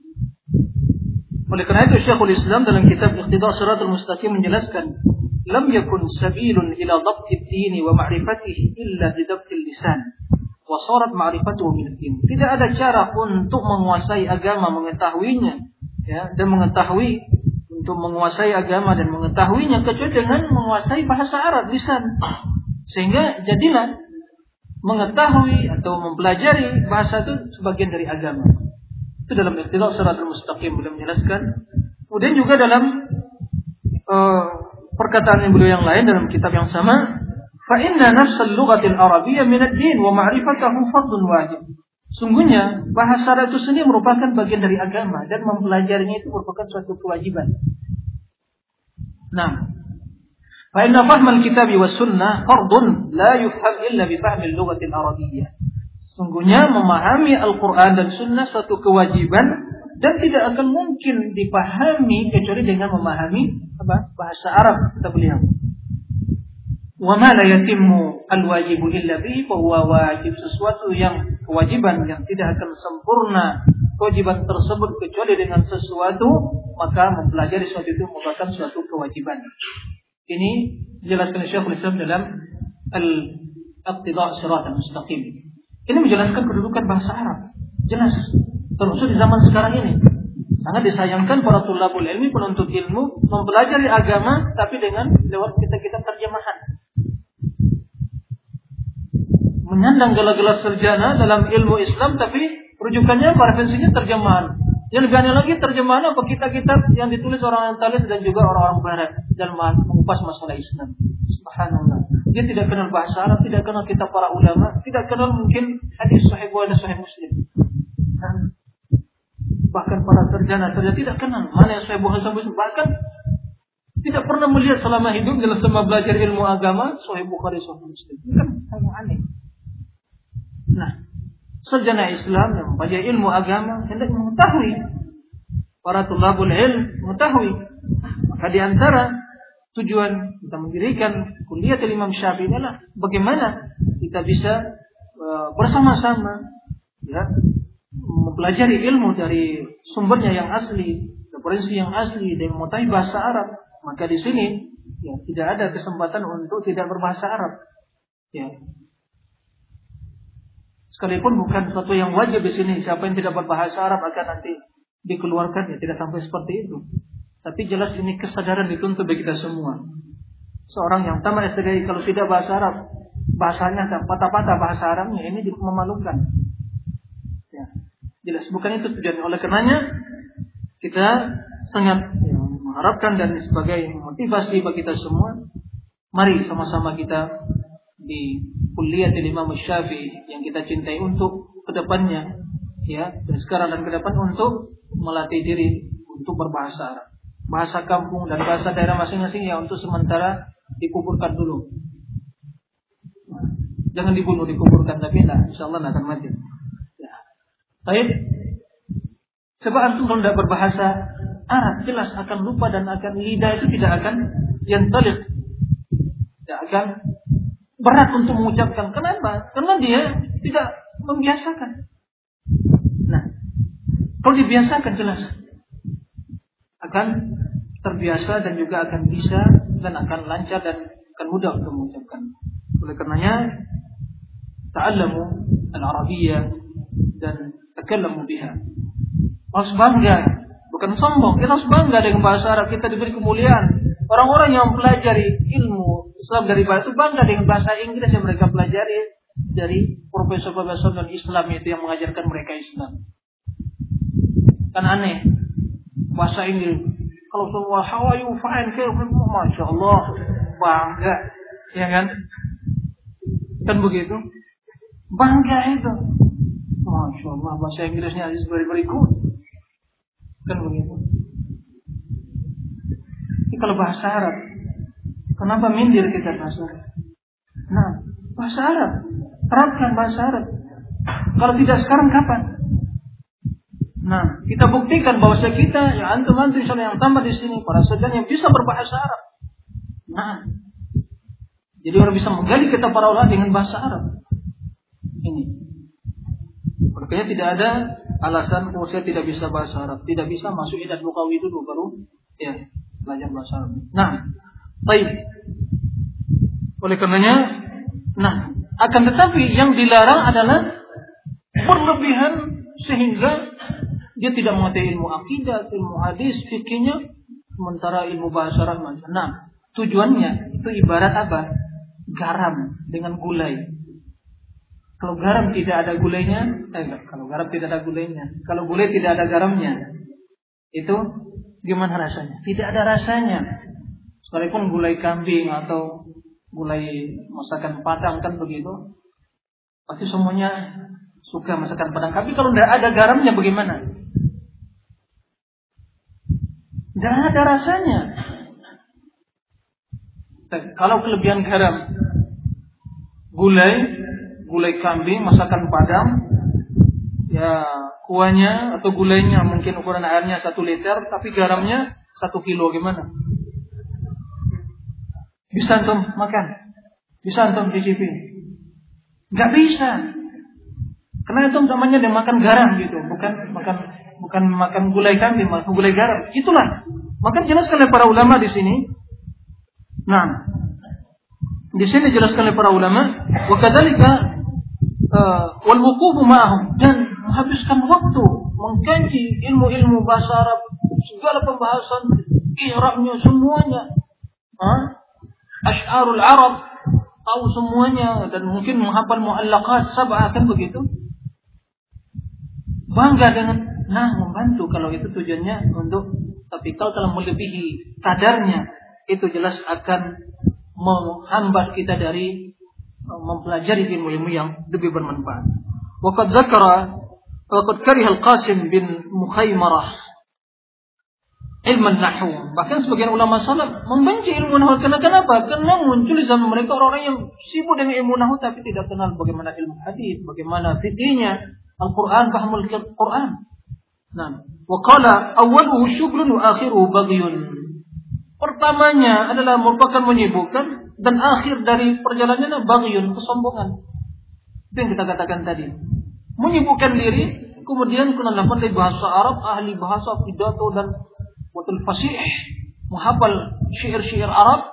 Oleh karena itu Syekhul Islam dalam kitab Iqtida' Shiratal Mustaqim menjelaskan, lam yakun sabilun ila dhabti ad-din wa ma'rifatihi illa bi dhabti al-lisan wa sarat ma'rifatuhu min ad-din. Tidak ada cara untuk menguasai agama, mengetahuinya ya, dan mengetahui untuk menguasai agama dan mengetahuinya kecuali dengan menguasai bahasa Arab, lisan. Sehingga jadilah mengetahui atau mempelajari bahasa itu sebagian dari agama. Itu dalam Iqtida' Shiratal Mustaqim beliau menjelaskan. Kemudian juga dalam perkataan yang beliau yang lain dalam kitab yang sama, fa inna nafsal lughatil arabiyyah min ad-din wa ma'rifatuhu fardun wajib. Sungguhnya bahasa Arab itu sendiri merupakan bagian dari agama dan mempelajarinya itu merupakan suatu kewajiban. Nah, fa inna fahmal kitabi was sunnah fardun la yufham illa bi fahmil lughatil arabiyyah. Sungguhnya memahami Al-Quran dan Sunnah suatu kewajiban dan tidak akan mungkin dipahami kecuali dengan memahami bahasa Arab, kata beliau. Wa ma la yatimmu al-wajibu illa bihi fa huwa wajib. Sesuatu yang kewajiban yang tidak akan sempurna kewajiban tersebut kecuali dengan sesuatu, maka mempelajari sesuatu itu merupakan suatu kewajiban. Ini dijelaskan Syekhul Islam dalam Al-Iqtida' Shiratal Mustaqim. Ini menjelaskan kedudukan bahasa Arab. Jelas, termasuk di zaman sekarang ini. Sangat disayangkan para tulabul ilmi, penuntut ilmu, mempelajari agama tapi dengan lewat kitab-kitab terjemahan. Menyandang gelar-gelar sarjana dalam ilmu Islam tapi rujukannya referensinya terjemahan. Yang lebih aneh lagi terjemahan apa kitab-kitab yang ditulis orang Antalis dan juga orang-orang Barat dalam mengupas masalah Islam. Subhanallah. Dia tidak kenal bahasa Arab, tidak kenal kitab para ulama, tidak kenal mungkin hadis sahih Bukhari dan sahih Muslim. Bahkan para sarjana tidak kenal mana yang sahih Bukhari dan Muslim. Bahkan Tidak pernah melihat selama hidupnya selama belajar ilmu agama Sahih Bukhari, Sahih Muslim. Itu kan hal yang aneh. Nah, sarjana Islam yang mempelajari ilmu agama hendak mengetahui, para tulabul ilm mengetahui. Maka di antara tujuan kita mendirikan kuliah Imam Syafi'i adalah bagaimana kita bisa bersama-sama ya, mempelajari ilmu dari sumbernya yang asli, referensi yang asli, dan mengetahui bahasa Arab. Maka di sini ya, tidak ada kesempatan untuk tidak berbahasa Arab. Ya. Sekalipun bukan sesuatu yang wajib di sini, siapa yang tidak berbahasa Arab akan nanti dikeluarkan, ya tidak sampai seperti itu. Tapi jelas ini kesadaran dituntut bagi kita semua. Seorang yang tamat S3 kalau tidak bahasa Arab, bahasanya patah-patah bahasa Arabnya, ini memalukan. Ya. Jelas bukan itu tujuan. Oleh karenanya kita sangat mengharapkan dan sebagai motivasi bagi kita semua, mari sama-sama kita di kuliah Imam Syafi'i yang kita cintai untuk kedepannya, ya, dan sekarang dan ke depan untuk melatih diri untuk berbahasa Arab. Bahasa kampung dan bahasa daerah masing-masing ya untuk sementara dikuburkan dulu. Jangan dibunuh, dikuburkan, tapi nah, insyaallah akan mati. Ya. Baik. Sebab antum kalau tidak berbahasa Arab jelas akan lupa dan akan lidah itu tidak akan yantaliq. Tidak akan berat untuk mengucapkan. Kenapa? Karena dia tidak membiasakan. Nah, kalau dibiasakan jelas akan terbiasa dan juga akan bisa dan akan lancar dan akan mudah untuk mengucapkan. Oleh karenanya ta'allamu al-arabiyyah dan takallamu biha. Harus bangga, bukan sombong. Kita harus bangga dengan bahasa Arab. Kita diberi kemuliaan. Orang-orang yang mempelajari ilmu Islam dari bahasa itu bangga dengan bahasa Inggris yang mereka pelajari dari profesor-profesor dan Islam itu yang mengajarkan mereka Islam. Kan aneh bahasa Inggris. Kalau semua how are you fine, masya Allah, bangga, ya kan? Kan begitu, bangga itu. Masya Allah, bahasa Inggrisnya is very very good. Kan begitu. Ini kalau bahasa Arab, kenapa mindir kita bahasa Arab? Nah, bahasa Arab, terapkan bahasa Arab. Kalau tidak sekarang kapan? Nah, kita buktikan bahwa kita, ya antum insyaallah yang tambah di sini para sarjana yang bisa berbahasa Arab. Nah, jadi orang bisa menggali kita para ulama dengan bahasa Arab. Ini. Makanya tidak ada alasan kalau saya tidak bisa bahasa Arab, tidak bisa masuk idat lugawi dulu baru ya belajar bahasa Arab. Nah, baik. Oleh karenanya, nah, akan tetapi yang dilarang adalah berlebihan sehingga dia tidak mengerti ilmu akidah, ilmu hadis, fikihnya, sementara ilmu bahasa Arab. Nah, tujuannya itu ibarat apa? Garam dengan gulai. Kalau garam tidak ada gulainya, kalau garam tidak ada gulainya, kalau gulai tidak ada garamnya, itu gimana rasanya? Tidak ada rasanya. Sekalipun gulai kambing atau gulai masakan Padang kan begitu, pasti semuanya suka masakan Padang. Tapi kalau tidak ada garamnya bagaimana? Tidak ada rasanya. Kalau kelebihan garam, gulai kambing, masakan Padang, ya kuahnya atau gulainya mungkin ukuran airnya 1 liter, tapi garamnya 1 kilo, gimana? Bisa antum makan? Bisa antum cicipi? Gak bisa. Karena antum namanya dia makan garam gitu, bukan makan gulai kambing, makan gulai garam. Itulah. Maka jelaskan oleh para ulama di sini. Nah, di sini jelaskan oleh para ulama, wa kadzalika wal wuqufu ma'ahum, dan menghabiskan waktu mengkaji ilmu-ilmu bahasa Arab, segala pembahasan i'rabnya semuanya. Asy'arul Arab tahu semuanya dan mungkin menghafal muallaqat sab'ah kan begitu. Bangga dengan membantu kalau itu tujuannya untuk, tapi kalau telah melebihi kadarnya itu jelas akan menghambat kita dari mempelajari ilmu-ilmu yang lebih bermanfaat. Waqad kariha Al-Qasim bin Mukhaymarah ilmu nahwu. Bahkan sebagian ulama salaf membenci ilmu nahwu. Kenapa? Karena muncul di zaman mereka orang-orang yang sibuk dengan ilmu nahwu tapi tidak kenal bagaimana ilmu hadis, bagaimana fikihnya Al-Quran, pahamul Quran. Nah, wa qala awwaluhu syughlun wa akhiruhu baghyun. Pertamanya adalah merupakan menyibukkan dan akhir dari perjalanannya baghyun, kesombongan. Itu yang kita katakan tadi. Menyibukkan diri, kemudian kena pandai bahasa Arab, ahli bahasa pidato dan watul fasih, menghafal syair-syair Arab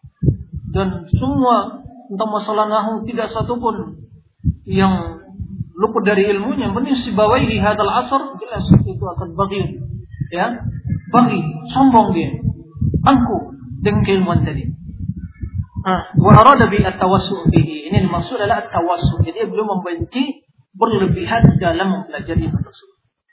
dan semua tentang masalah nahwu tidak satupun yang luput dari ilmunya. Benih sibawahi hadal asar, jelas itu akan baghi, ya, baghi, sombong dia, angkuh dengan keilmuan tadi. Wa arada bi at-tawassu bihi. Ini maksud adalah at-tawassu. Jadi belum membenci berlebihan dalam mempelajari ilmu tersebut.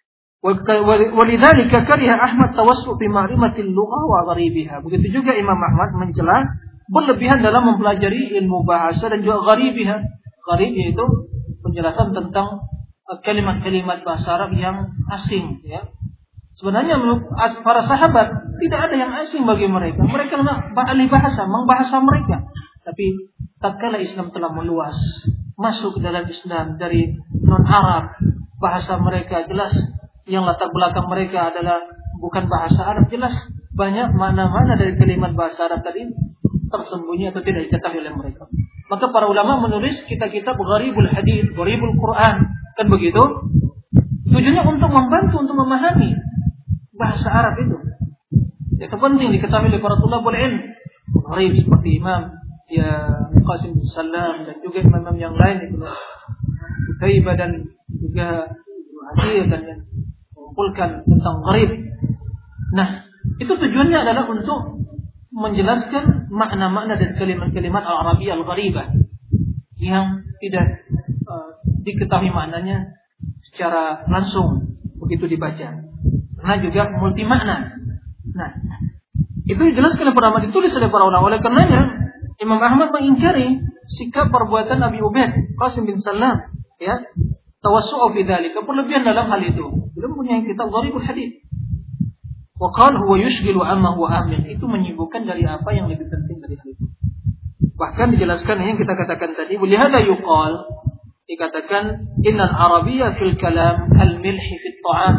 Walidzalika kariha Ahmad tawassu fi ma'rifatil lughah wa gharibiha. Begitu juga Imam Ahmad mencela berlebihan dalam mempelajari ilmu bahasa dan juga gharibiha. Gharib yaitu penjelasan tentang kalimat-kalimat bahasa Arab yang asing, ya. Sebenarnya menurut para sahabat tidak ada yang asing bagi mereka. Mereka ahli bahasa, mengbahasa mereka. Tapi tatkala Islam telah meluas, masuk ke dalam Islam dari non-Arab, bahasa mereka jelas yang latar belakang mereka adalah bukan bahasa Arab, jelas banyak mana-mana dari kalimat bahasa Arab tadi tersembunyi atau tidak diketahui oleh mereka. Maka para ulama menulis kitab-kitab gharibul hadis, gharibul Quran, kan begitu? Tujuannya untuk membantu untuk memahami bahasa Arab itu. Ya, penting diketahui oleh para tulabul ilm. Gharib seperti Imam Qasim bin Salam dan juga imam yang lain itu Qutaibah dan juga Hadir dan yang mengumpulkan tentang gharib. Nah, itu tujuannya adalah untuk menjelaskan makna-makna dan kalimat-kalimat Al-Arabiyyah Al-Gharibah yang tidak diketahui maknanya secara langsung begitu dibaca. Karena juga multi makna. Nah, itu dijelaskan oleh para ulama, ditulis oleh para ulama. Oleh karenanya Imam Ahmad mengingkari sikap perbuatan Abi Ubaid Qasim bin Salam, ya, tawassu'u fi dzalika, berlebihan dalam hal itu. Belum punya kitab Gharibul Hadits. Wa qala huwa yushghilu amma huwa ahmin, itu menyibukkan dari apa yang lebih penting dari hal itu. Bahkan dijelaskan yang kita katakan tadi, walihada yuqal, dikatakan innal arabiyya fil kalam kal milhi fit ta'am.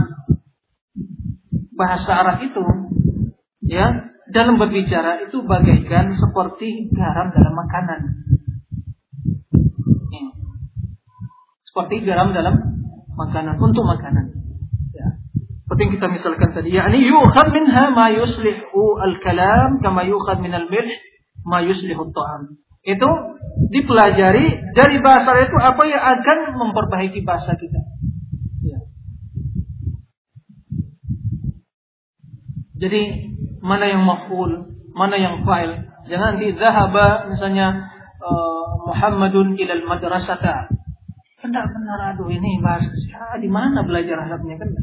Bahasa Arab itu, ya, dalam berbicara itu bagaikan seperti garam dalam makanan. Seperti garam dalam makanan, untuk makanan. Ya. Seperti yang kita misalkan tadi, yakni yu'khad minha ma yuslihu al-kalam kama yu'khad min al-milh ma yuslihu at-ta'am. Itu dipelajari dari bahasa itu apa yang akan memperbaiki bahasa kita. Ya. Jadi mana yang maf'ul, mana yang fa'il. Jangan di zahaba misalnya Muhammadun ilal madrasata. Benar-benar aduh ini bahasa di mana belajar Arabnya kan?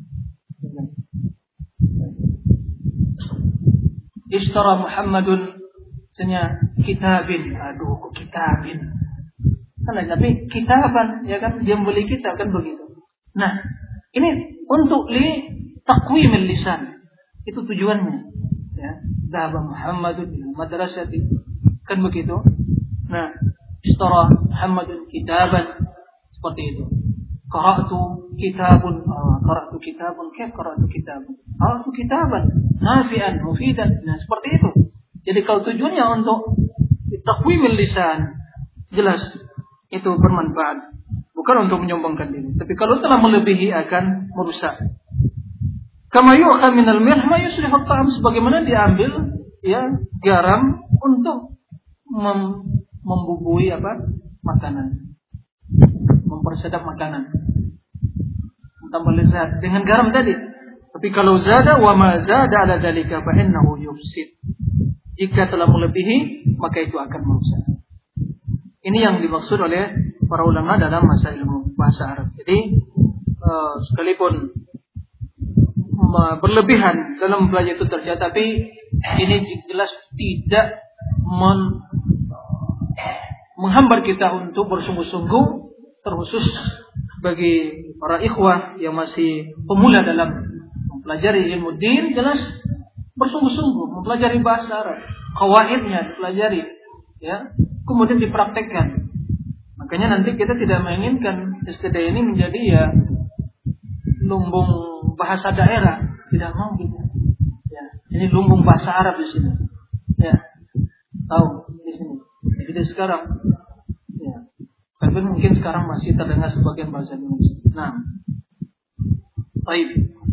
Ishtara Muhammadun misalnya kitabin. Aduh kok kitabin. Kan tapi kitaban ya kan, dia membeli kitab kan begitu. Nah, ini untuk taqwimil lisan. Itu tujuannya, ya. Dhahaba Muhammadun ila madrasati, kan begitu. Nah, ishtara Muhammadun kitaban, seperti itu. Qara'tu kitabun, qara'tu kitabun, kayf qara'tu kitabun? Qara'tu kitaban, nafi'an, mufidan. Nah, seperti itu. Jadi kalau tujuannya untuk taqwimil lisan, jelas itu bermanfaat, bukan untuk menyombongkan diri. Tapi kalau telah melebihi akan merusak. Kama yu'khadhu minal milh ma yuslihu at-ta'am, sebagaimana diambil ya garam untuk membubuhi makanan, mempersedap makanan, tambah lezat dengan garam tadi. Tapi kalau zada wa ma zada ala dzalika fa innahu yufsid, jika telah melebihi maka itu akan merusak. Ini yang dimaksud oleh para ulama dalam masa ilmu bahasa Arab. Jadi sekalipun berlebihan dalam mempelajari itu terjadi, tapi ini jelas tidak menghambar kita untuk bersungguh-sungguh, terkhusus bagi para ikhwah yang masih pemula dalam Pelajari ilmu din jelas bersungguh-sungguh, mempelajari bahasa Arab, qawaidnya dipelajari, ya, kemudian dipraktekkan. Makanya nanti kita tidak menginginkan STD ini menjadi ya lumbung bahasa daerah, tidak mau gitu. Ya, ini lumbung bahasa Arab di sini. Ya, tahu di sini. Jadi sekarang, ya, tapi mungkin sekarang masih terdengar sebagian bahasa Indonesia. Nah, baik.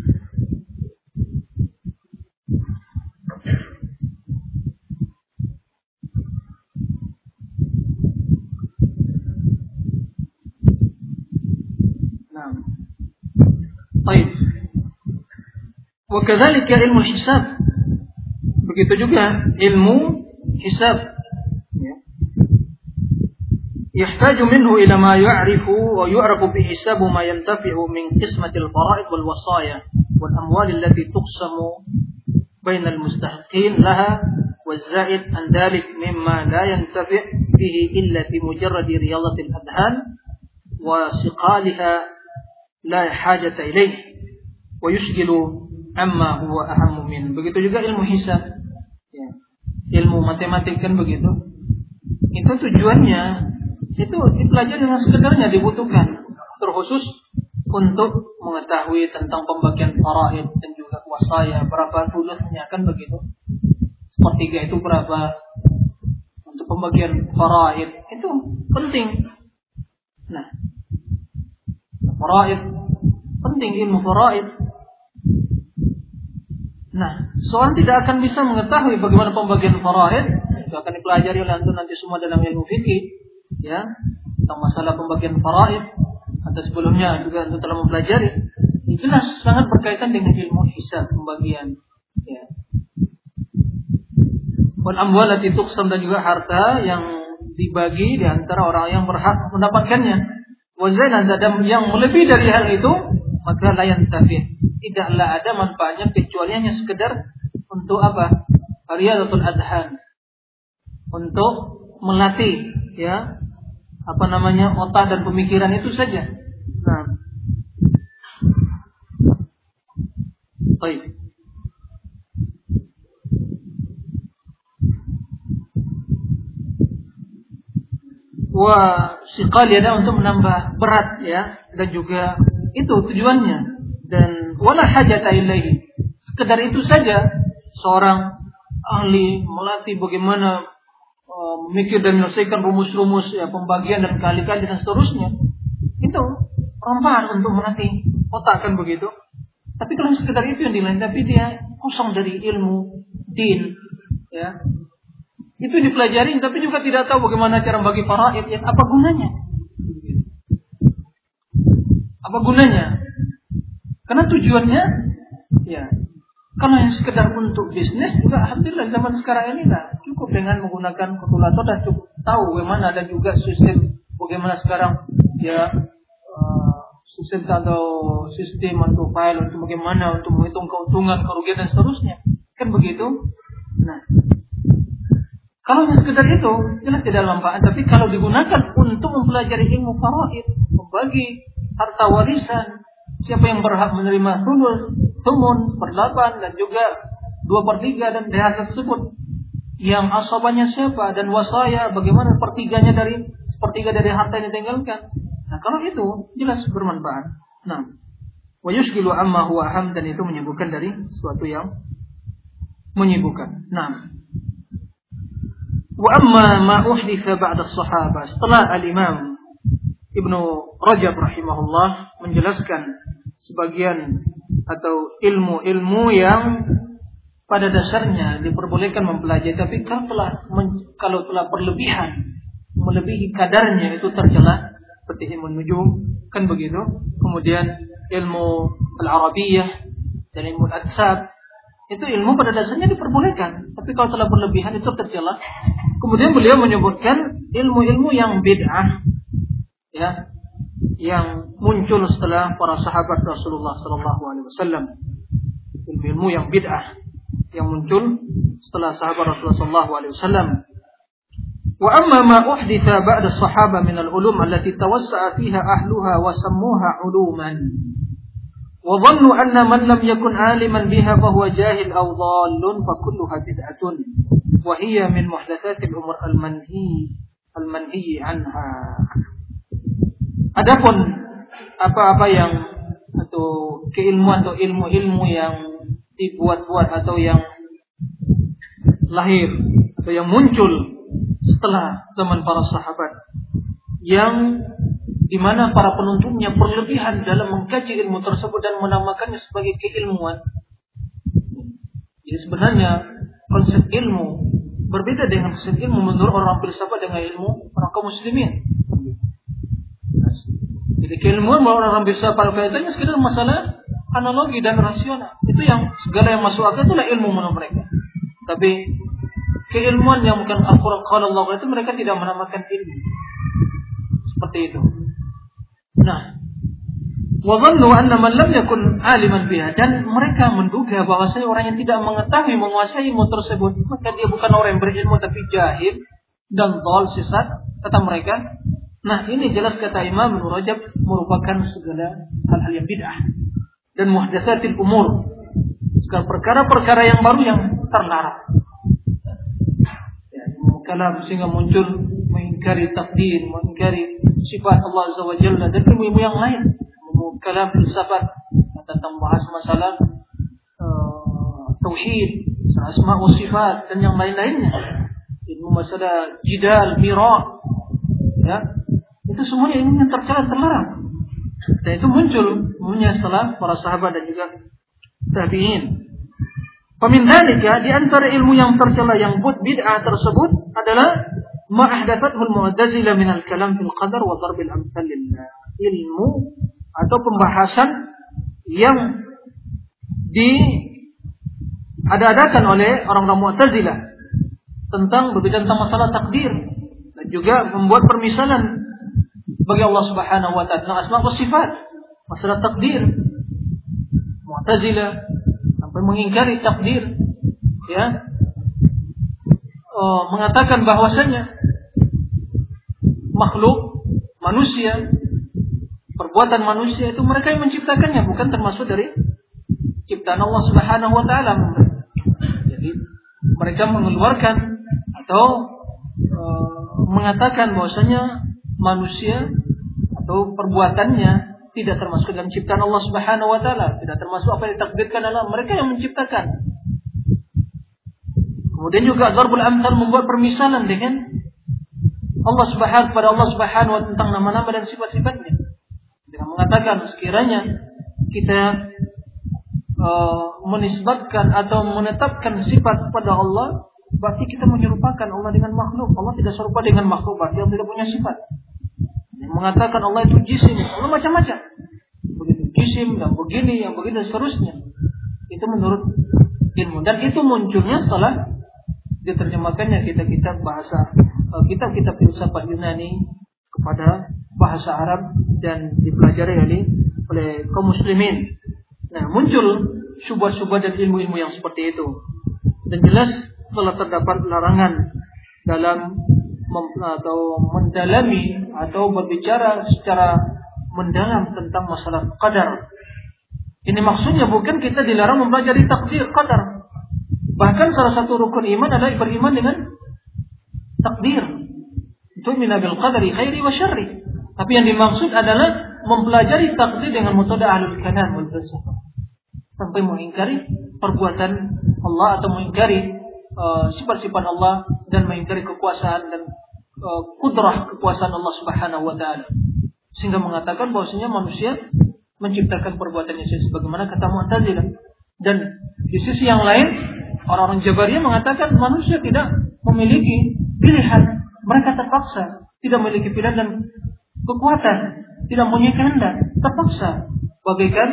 Nah, baik. وكذلك ilmu hisab. Begitu juga ilmu hisab. يحتاج منه إلى ما يعرف ويعرف بحساب ما ينتفع من قسمة الفرائض والوصايا والأموال التي تقسم بين المستحقين لها والزائد عن ذلك مما لا ينتفع به إلا بمجرد رياضة الأذهان وصقالها لا حاجة إليه ويشغل عما هو أهم منه. Begitu juga ilmu hisab, ya. Ilmu matematik kan begitu. Itu tujuannya itu dipelajari dengan sekedarnya dibutuhkan, terkhusus untuk mengetahui tentang pembagian faraid dan juga wasaya, berapa tulusnya kan begitu. Sepertiga itu berapa untuk pembagian faraid, itu penting. Nah, faraid penting, ilmu faraid. Nah, seorang tidak akan bisa mengetahui bagaimana pembagian faraid, itu akan dipelajari oleh antum nanti semua dalam ilmu fikih. Ya, tentang masalah pembagian faraid atau sebelumnya juga untuk telah mempelajari. Itu sangat berkaitan dengan ilmu hisab, pembagian. Ya. Wal amwal lati tuqsam, dan juga harta yang dibagi di antara orang yang berhak mendapatkannya. Wa zaina, dan yang melebihi dari hal itu maka la yantafi. Tidaklah ada manfaatnya kecuali hanya sekedar untuk apa? Riyadatul adhan. Untuk melatih, ya, otak dan pemikiran itu saja. Nah, baik. Wa siqal yada, untuk menambah berat, ya, dan juga itu tujuannya. Dan wala hajata ilaihi, sekedar itu saja seorang ahli melatih bagaimana memikir dan menyelesaikan rumus-rumus, ya, pembagian dan kali-kali dan seterusnya. Itu manfaat untuk melatih otak kan begitu. Tapi kalau sekedar itu yang dilain, tapi dia kosong dari ilmu din, ya. Itu dipelajari tapi juga tidak tahu bagaimana cara bagi faraid, ya, apa gunanya? Apa gunanya? Karena tujuannya, ya, kalau yang sekedar untuk bisnis juga alhamdulillah zaman sekarang ini lah cukup dengan menggunakan kalkulator dan cukup tahu bagaimana, ada juga sistem bagaimana sekarang, ya, sistem atau sistem untuk file untuk bagaimana untuk menghitung keuntungan, kerugian dan seterusnya kan begitu. Nah, kalau yang sekedar itu jelas tidak manfaat, tapi kalau digunakan untuk mempelajari ilmu faraid, membagi harta warisan, siapa yang berhak menerima thumun 1/8 dan juga 2/3 dan dari harta tersebut, yang asabanya siapa, dan wasaya bagaimana sepertiga dari harta yang ditinggalkan. Nah, kalau itu jelas bermanfaat. Nah, wa yushghilu amma huwa aham, dan itu menyibukkan dari sesuatu yang menyibukkan. Nah, wa amma ma uhditha ba'da as-sahabah, setelah al-Imam Ibnu Rajab rahimahullah menjelaskan sebagian atau ilmu-ilmu yang pada dasarnya diperbolehkan mempelajari, tapi kalau telah berlebihan, melebihi kadarnya, itu tercela, seperti ilmu nujum kan begitu. Kemudian ilmu al-Arabiyyah dan ilmu al-Adsab, itu ilmu pada dasarnya diperbolehkan, tapi kalau telah berlebihan itu tercela. Kemudian beliau menyebutkan ilmu-ilmu yang bid'ah, ya, yang muncul setelah para sahabat Rasulullah SAW. Ilmu-ilmu yang bid'ah yang muncul setelah sahabat Rasulullah SAW. Wa amma ma uhditha ba'da as-sahaba min al-ulum allati tawassa'a fiha ahluha wa sammuha uluman Wa dhannu anna man lam yakun 'aliman biha fa huwa jahil aw dhallun fa kulluha bid'atun wa hiya min muhdatsatil umur al-manhi anha. Adapun apa-apa yang atau keilmuan atau ilmu-ilmu yang dibuat-buat atau yang lahir atau yang muncul setelah zaman para sahabat, yang di mana para penuntunnya berlebihan dalam mengkaji ilmu tersebut dan menamakannya sebagai keilmuan. Jadi sebenarnya konsep ilmu berbeda dengan konsep ilmu menurut orang filsafat dengan ilmu orang kaum muslimin. Jadi keilmuan menurut orang filsafat kaitannya sekedar masalah analogi dan rasional. Itu yang segala yang masuk akal itulah ilmu menurut mereka. Tapi keilmuan yang bukan Al-Quran qala Allah itu mereka tidak menamakan ilmu. Seperti itu. Nah, wa dhannu anna man lam yakun 'aliman biha, dan mereka menduga bahwasanya orang yang tidak mengetahui menguasai ilmu tersebut maka dia bukan orang yang berilmu tapi jahil dan dhal, sesat, kata mereka. Nah, ini jelas kata Imam Ibnu Rajab merupakan segala hal-hal yang bid'ah dan muhdatsatil umur, segala perkara-perkara yang baru yang terlarang. Kalam sehingga muncul mengingkari takdir, mengingkari sifat Allah Azza wa Jalla dan ilmu-ilmu yang lain. Kalam filsafat tentang bahas masalah tauhid, asma wa sifat dan yang lain-lainnya. Ilmu masalah jidal, mira, ya. Itu semuanya ilmu yang tercela, terlarang. Dan itu muncul setelah para sahabat dan juga tabi'in. Famin dzalika, di antara ilmu yang tercela yang bid'ah tersebut adalah ma ahdathathu al-mu'tazilah min al-kalam fil qadar wa darb al-amthal lillah. Ilmu atau pembahasan yang diadakan oleh orang-orang Mu'tazilah tentang berbicara tentang masalah takdir dan juga membuat permisalan bagi Allah Subhanahu wa taala asma wa sifat, masalah takdir. Mu'tazilah sampai mengingkari takdir, ya, mengatakan bahwasanya makhluk manusia, perbuatan manusia itu mereka yang menciptakannya, bukan termasuk dari ciptaan Allah Subhanahu wa taala. Jadi mereka mengeluarkan atau mengatakan bahwasanya manusia atau perbuatannya tidak termasuk dalam ciptaan Allah Subhanahu wa taala, tidak termasuk apa yang ditakdirkan Allah, mereka yang menciptakan. Kemudian juga Darbul Amthal membuat permisalan dengan Allah Subhanahu pada Allah Subhanahu wa tentang nama-nama dan sifat-sifatnya. Dengan mengatakan sekiranya kita menisbatkan atau menetapkan sifat pada Allah, berarti kita menyerupakan Allah dengan makhluk. Allah tidak serupa dengan makhluk, berarti Allah tidak punya sifat. Yang mengatakan Allah itu jisim, Allah macam-macam. Begitu jisim dan begini, yang begini dan seterusnya. Itu menurut ilmu. Dan itu munculnya setelah diterjemahkannya kitab-kitab bahasa, kitab-kitab filsafat Yunani kepada bahasa Arab dan dipelajari oleh kaum muslimin. Nah, muncul syubhat-syubhat dan ilmu-ilmu yang seperti itu. Dan jelas telah terdapat larangan dalam atau mendalami atau berbicara secara mendalam tentang masalah qadar. Ini maksudnya bukan kita dilarang mempelajari takdir, qadar. Bahkan salah satu rukun iman adalah beriman dengan takdir. Tu'minu bil qadari khairi wa syarri. Tapi yang dimaksud adalah mempelajari takdir dengan metode ahlul kalam wal falsafah. Sampai mengingkari perbuatan Allah atau mengingkari sifat-sifat Allah dan mengingkari kekuasaan dan kudrah kekuasaan Allah Subhanahu wa taala. Sehingga mengatakan bahwasanya manusia menciptakan perbuatannya sebagaimana kata Mu'tazilah. Dan di sisi yang lain, orang-orang Jabariyah mengatakan manusia tidak memiliki pilihan. Mereka terpaksa, tidak memiliki pilihan dan kekuatan, tidak punya kehendak, terpaksa. Bagaikan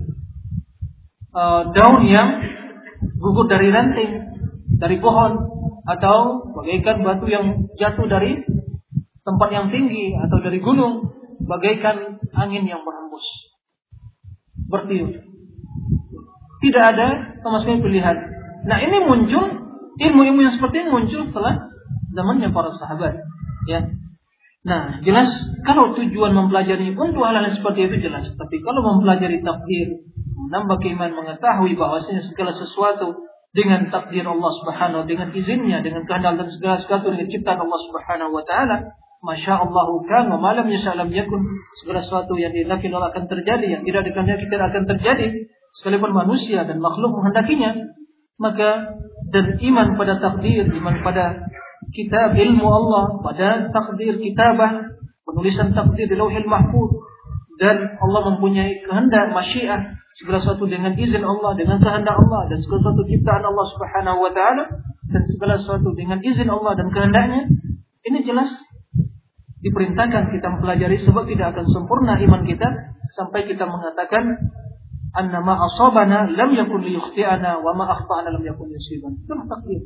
daun yang gugur dari ranting, dari pohon, atau bagaikan batu yang jatuh dari tempat yang tinggi atau dari gunung, bagaikan angin yang berhembus, bertiup. Tidak ada sama sekali pilihan. Nah, ini muncul ilmu-ilmu yang seperti ini muncul setelah zamannya para sahabat, ya. Nah, jelas kalau tujuan mempelajari untuk hal-hal seperti itu jelas. Tapi kalau mempelajari takdir, menambah keimanan, mengetahui bahwasanya segala sesuatu dengan takdir Allah Subhanahu wa, dengan izinnya, dengan kehendak dan segala sesuatu dengan ciptaan Allah Subhanahu wa taala. Masya Allah kan, wa malam yasa'lam yakun. Segala sesuatu yang dihendaki Allah akan terjadi, yang tidak dikehendaki tidak akan terjadi. Sekalipun manusia dan makhluk menghendakinya. Maka dan iman pada takdir, iman pada kitab ilmu Allah, pada takdir kitabah, penulisan takdir di Lauhil Mahfuz, dan Allah mempunyai kehendak, masyiah, segala sesuatu dengan izin Allah, dengan kehendak Allah, dan segala sesuatu ciptaan Allah Subhanahu wa taala, dan segala sesuatu dengan izin Allah dan kehendaknya. Ini jelas diperintahkan kita mempelajari, sebab tidak akan sempurna iman kita sampai kita mengatakan annama asabana lam yakun liyukhti'ana wa ma akhta'ana lam yakun yusibana. Itu takdir.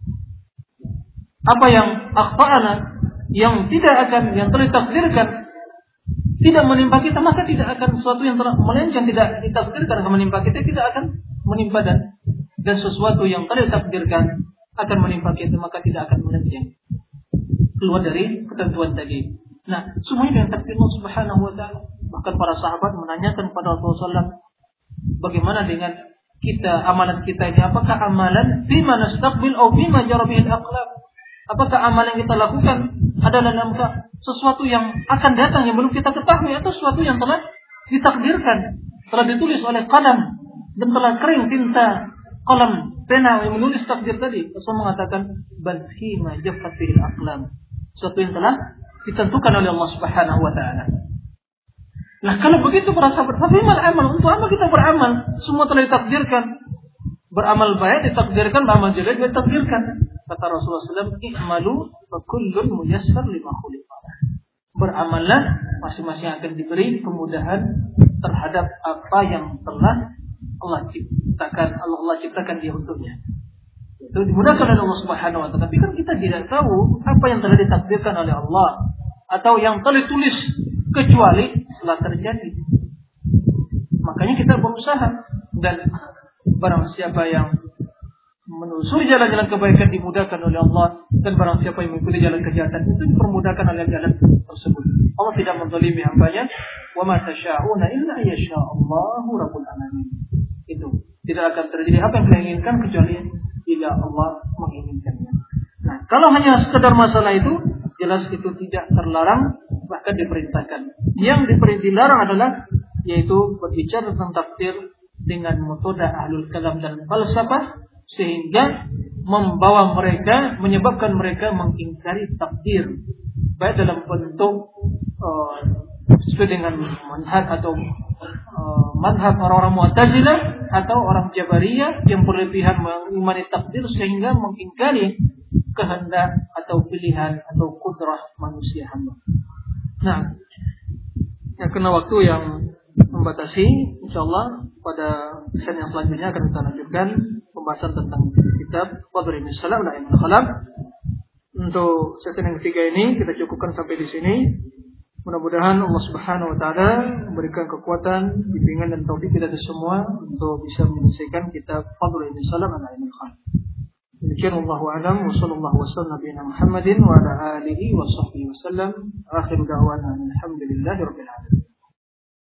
Apa yang akhta'ana, yang tidak akan, yang telah ditakdirkan tidak menimpa kita, maka tidak akan sesuatu yang telah melenceng tidak ditakdirkan akan menimpa kita tidak akan menimpa, dan sesuatu yang telah ditakdirkan akan menimpa kita maka tidak akan melenceng keluar dari ketentuan tadi. Nah, semuanya dengan takdir Allah Subhanahu wa taala. Bahkan para sahabat menanyakan kepada Rasulullah SAW, bagaimana dengan kita, amalan kita ini? Apakah amalan bima nastaqbil atau bima jara bihil aqlam? Apakah amalan yang kita lakukan adalah dalam sesuatu yang akan datang yang belum kita ketahui, atau sesuatu yang telah ditakdirkan, telah ditulis oleh qalam dan telah kering tinta qalam pena yang menulis takdir tadi? Rasul mengatakan bal bima jaffat bihil aqlam. Sesuatu yang telah ditentukan oleh Allah Subhanahu wa taala. Nah, kalau begitu para sahabat, bagaimana amal? Untuk apa kita beramal? Semua telah ditakdirkan. Beramal baik ditakdirkan, beramal jelek ditakdirkan. Kata Rasulullah SAW, "I'malu fa kullun muyassar lima khuliqa." Beramallah, masing-masing akan diberi kemudahan terhadap apa yang telah Allah ciptakan dia untuknya. Itu dimudahkan oleh Allah Subhanahu wa taala. Tapi kan kita tidak tahu apa yang telah ditakdirkan oleh Allah atau yang telah ditulis kecuali setelah terjadi. Makanya kita berusaha, dan barang siapa yang menelusuri jalan-jalan kebaikan dimudahkan oleh Allah, dan barang siapa yang mengikuti jalan kejahatan itu dipermudahkan oleh jalan tersebut. Allah tidak menzalimi hambanya. Wa ma tasha'una illa yasha Allahu rabbul alamin. Itu tidak akan terjadi apa yang kalian inginkan kecuali bila Allah menginginkannya. Nah, kalau hanya sekedar masalah itu, jelas itu tidak terlarang, bahkan diperintahkan. Yang dilarang adalah yaitu berbicara tentang takdir dengan metode ahlul kalam dan falsafah, sehingga menyebabkan mereka mengingkari takdir, baik dalam bentuk sesuai dengan manhaj atau manhaj orang-orang Mu'tazilah atau orang Jabariyah yang berlebihan mengimani takdir sehingga mengingkari kehendak atau pilihan atau kudrah manusia hamba. Nah, yang kena waktu yang membatasi, insyaallah pada sesi yang selanjutnya akan kita lanjutkan pembahasan tentang kitab Fadlul Salam la Ilmu Khalam. Untuk sesi yang ketiga ini kita cukupkan sampai di sini. Mudah-mudahan Allah Subhanahu wa taala memberikan kekuatan, bimbingan dan taufik kita semua untuk bisa menyelesaikan kitab Fadlul Salam la Ilmu Khalam. Demikian wallahu a'lam wa sallallahu wasallam nabiyana Muhammadin wa ala alihi wa sahbihi wasallam. Akhiru da'wana alhamdulillahi rabbil alamin.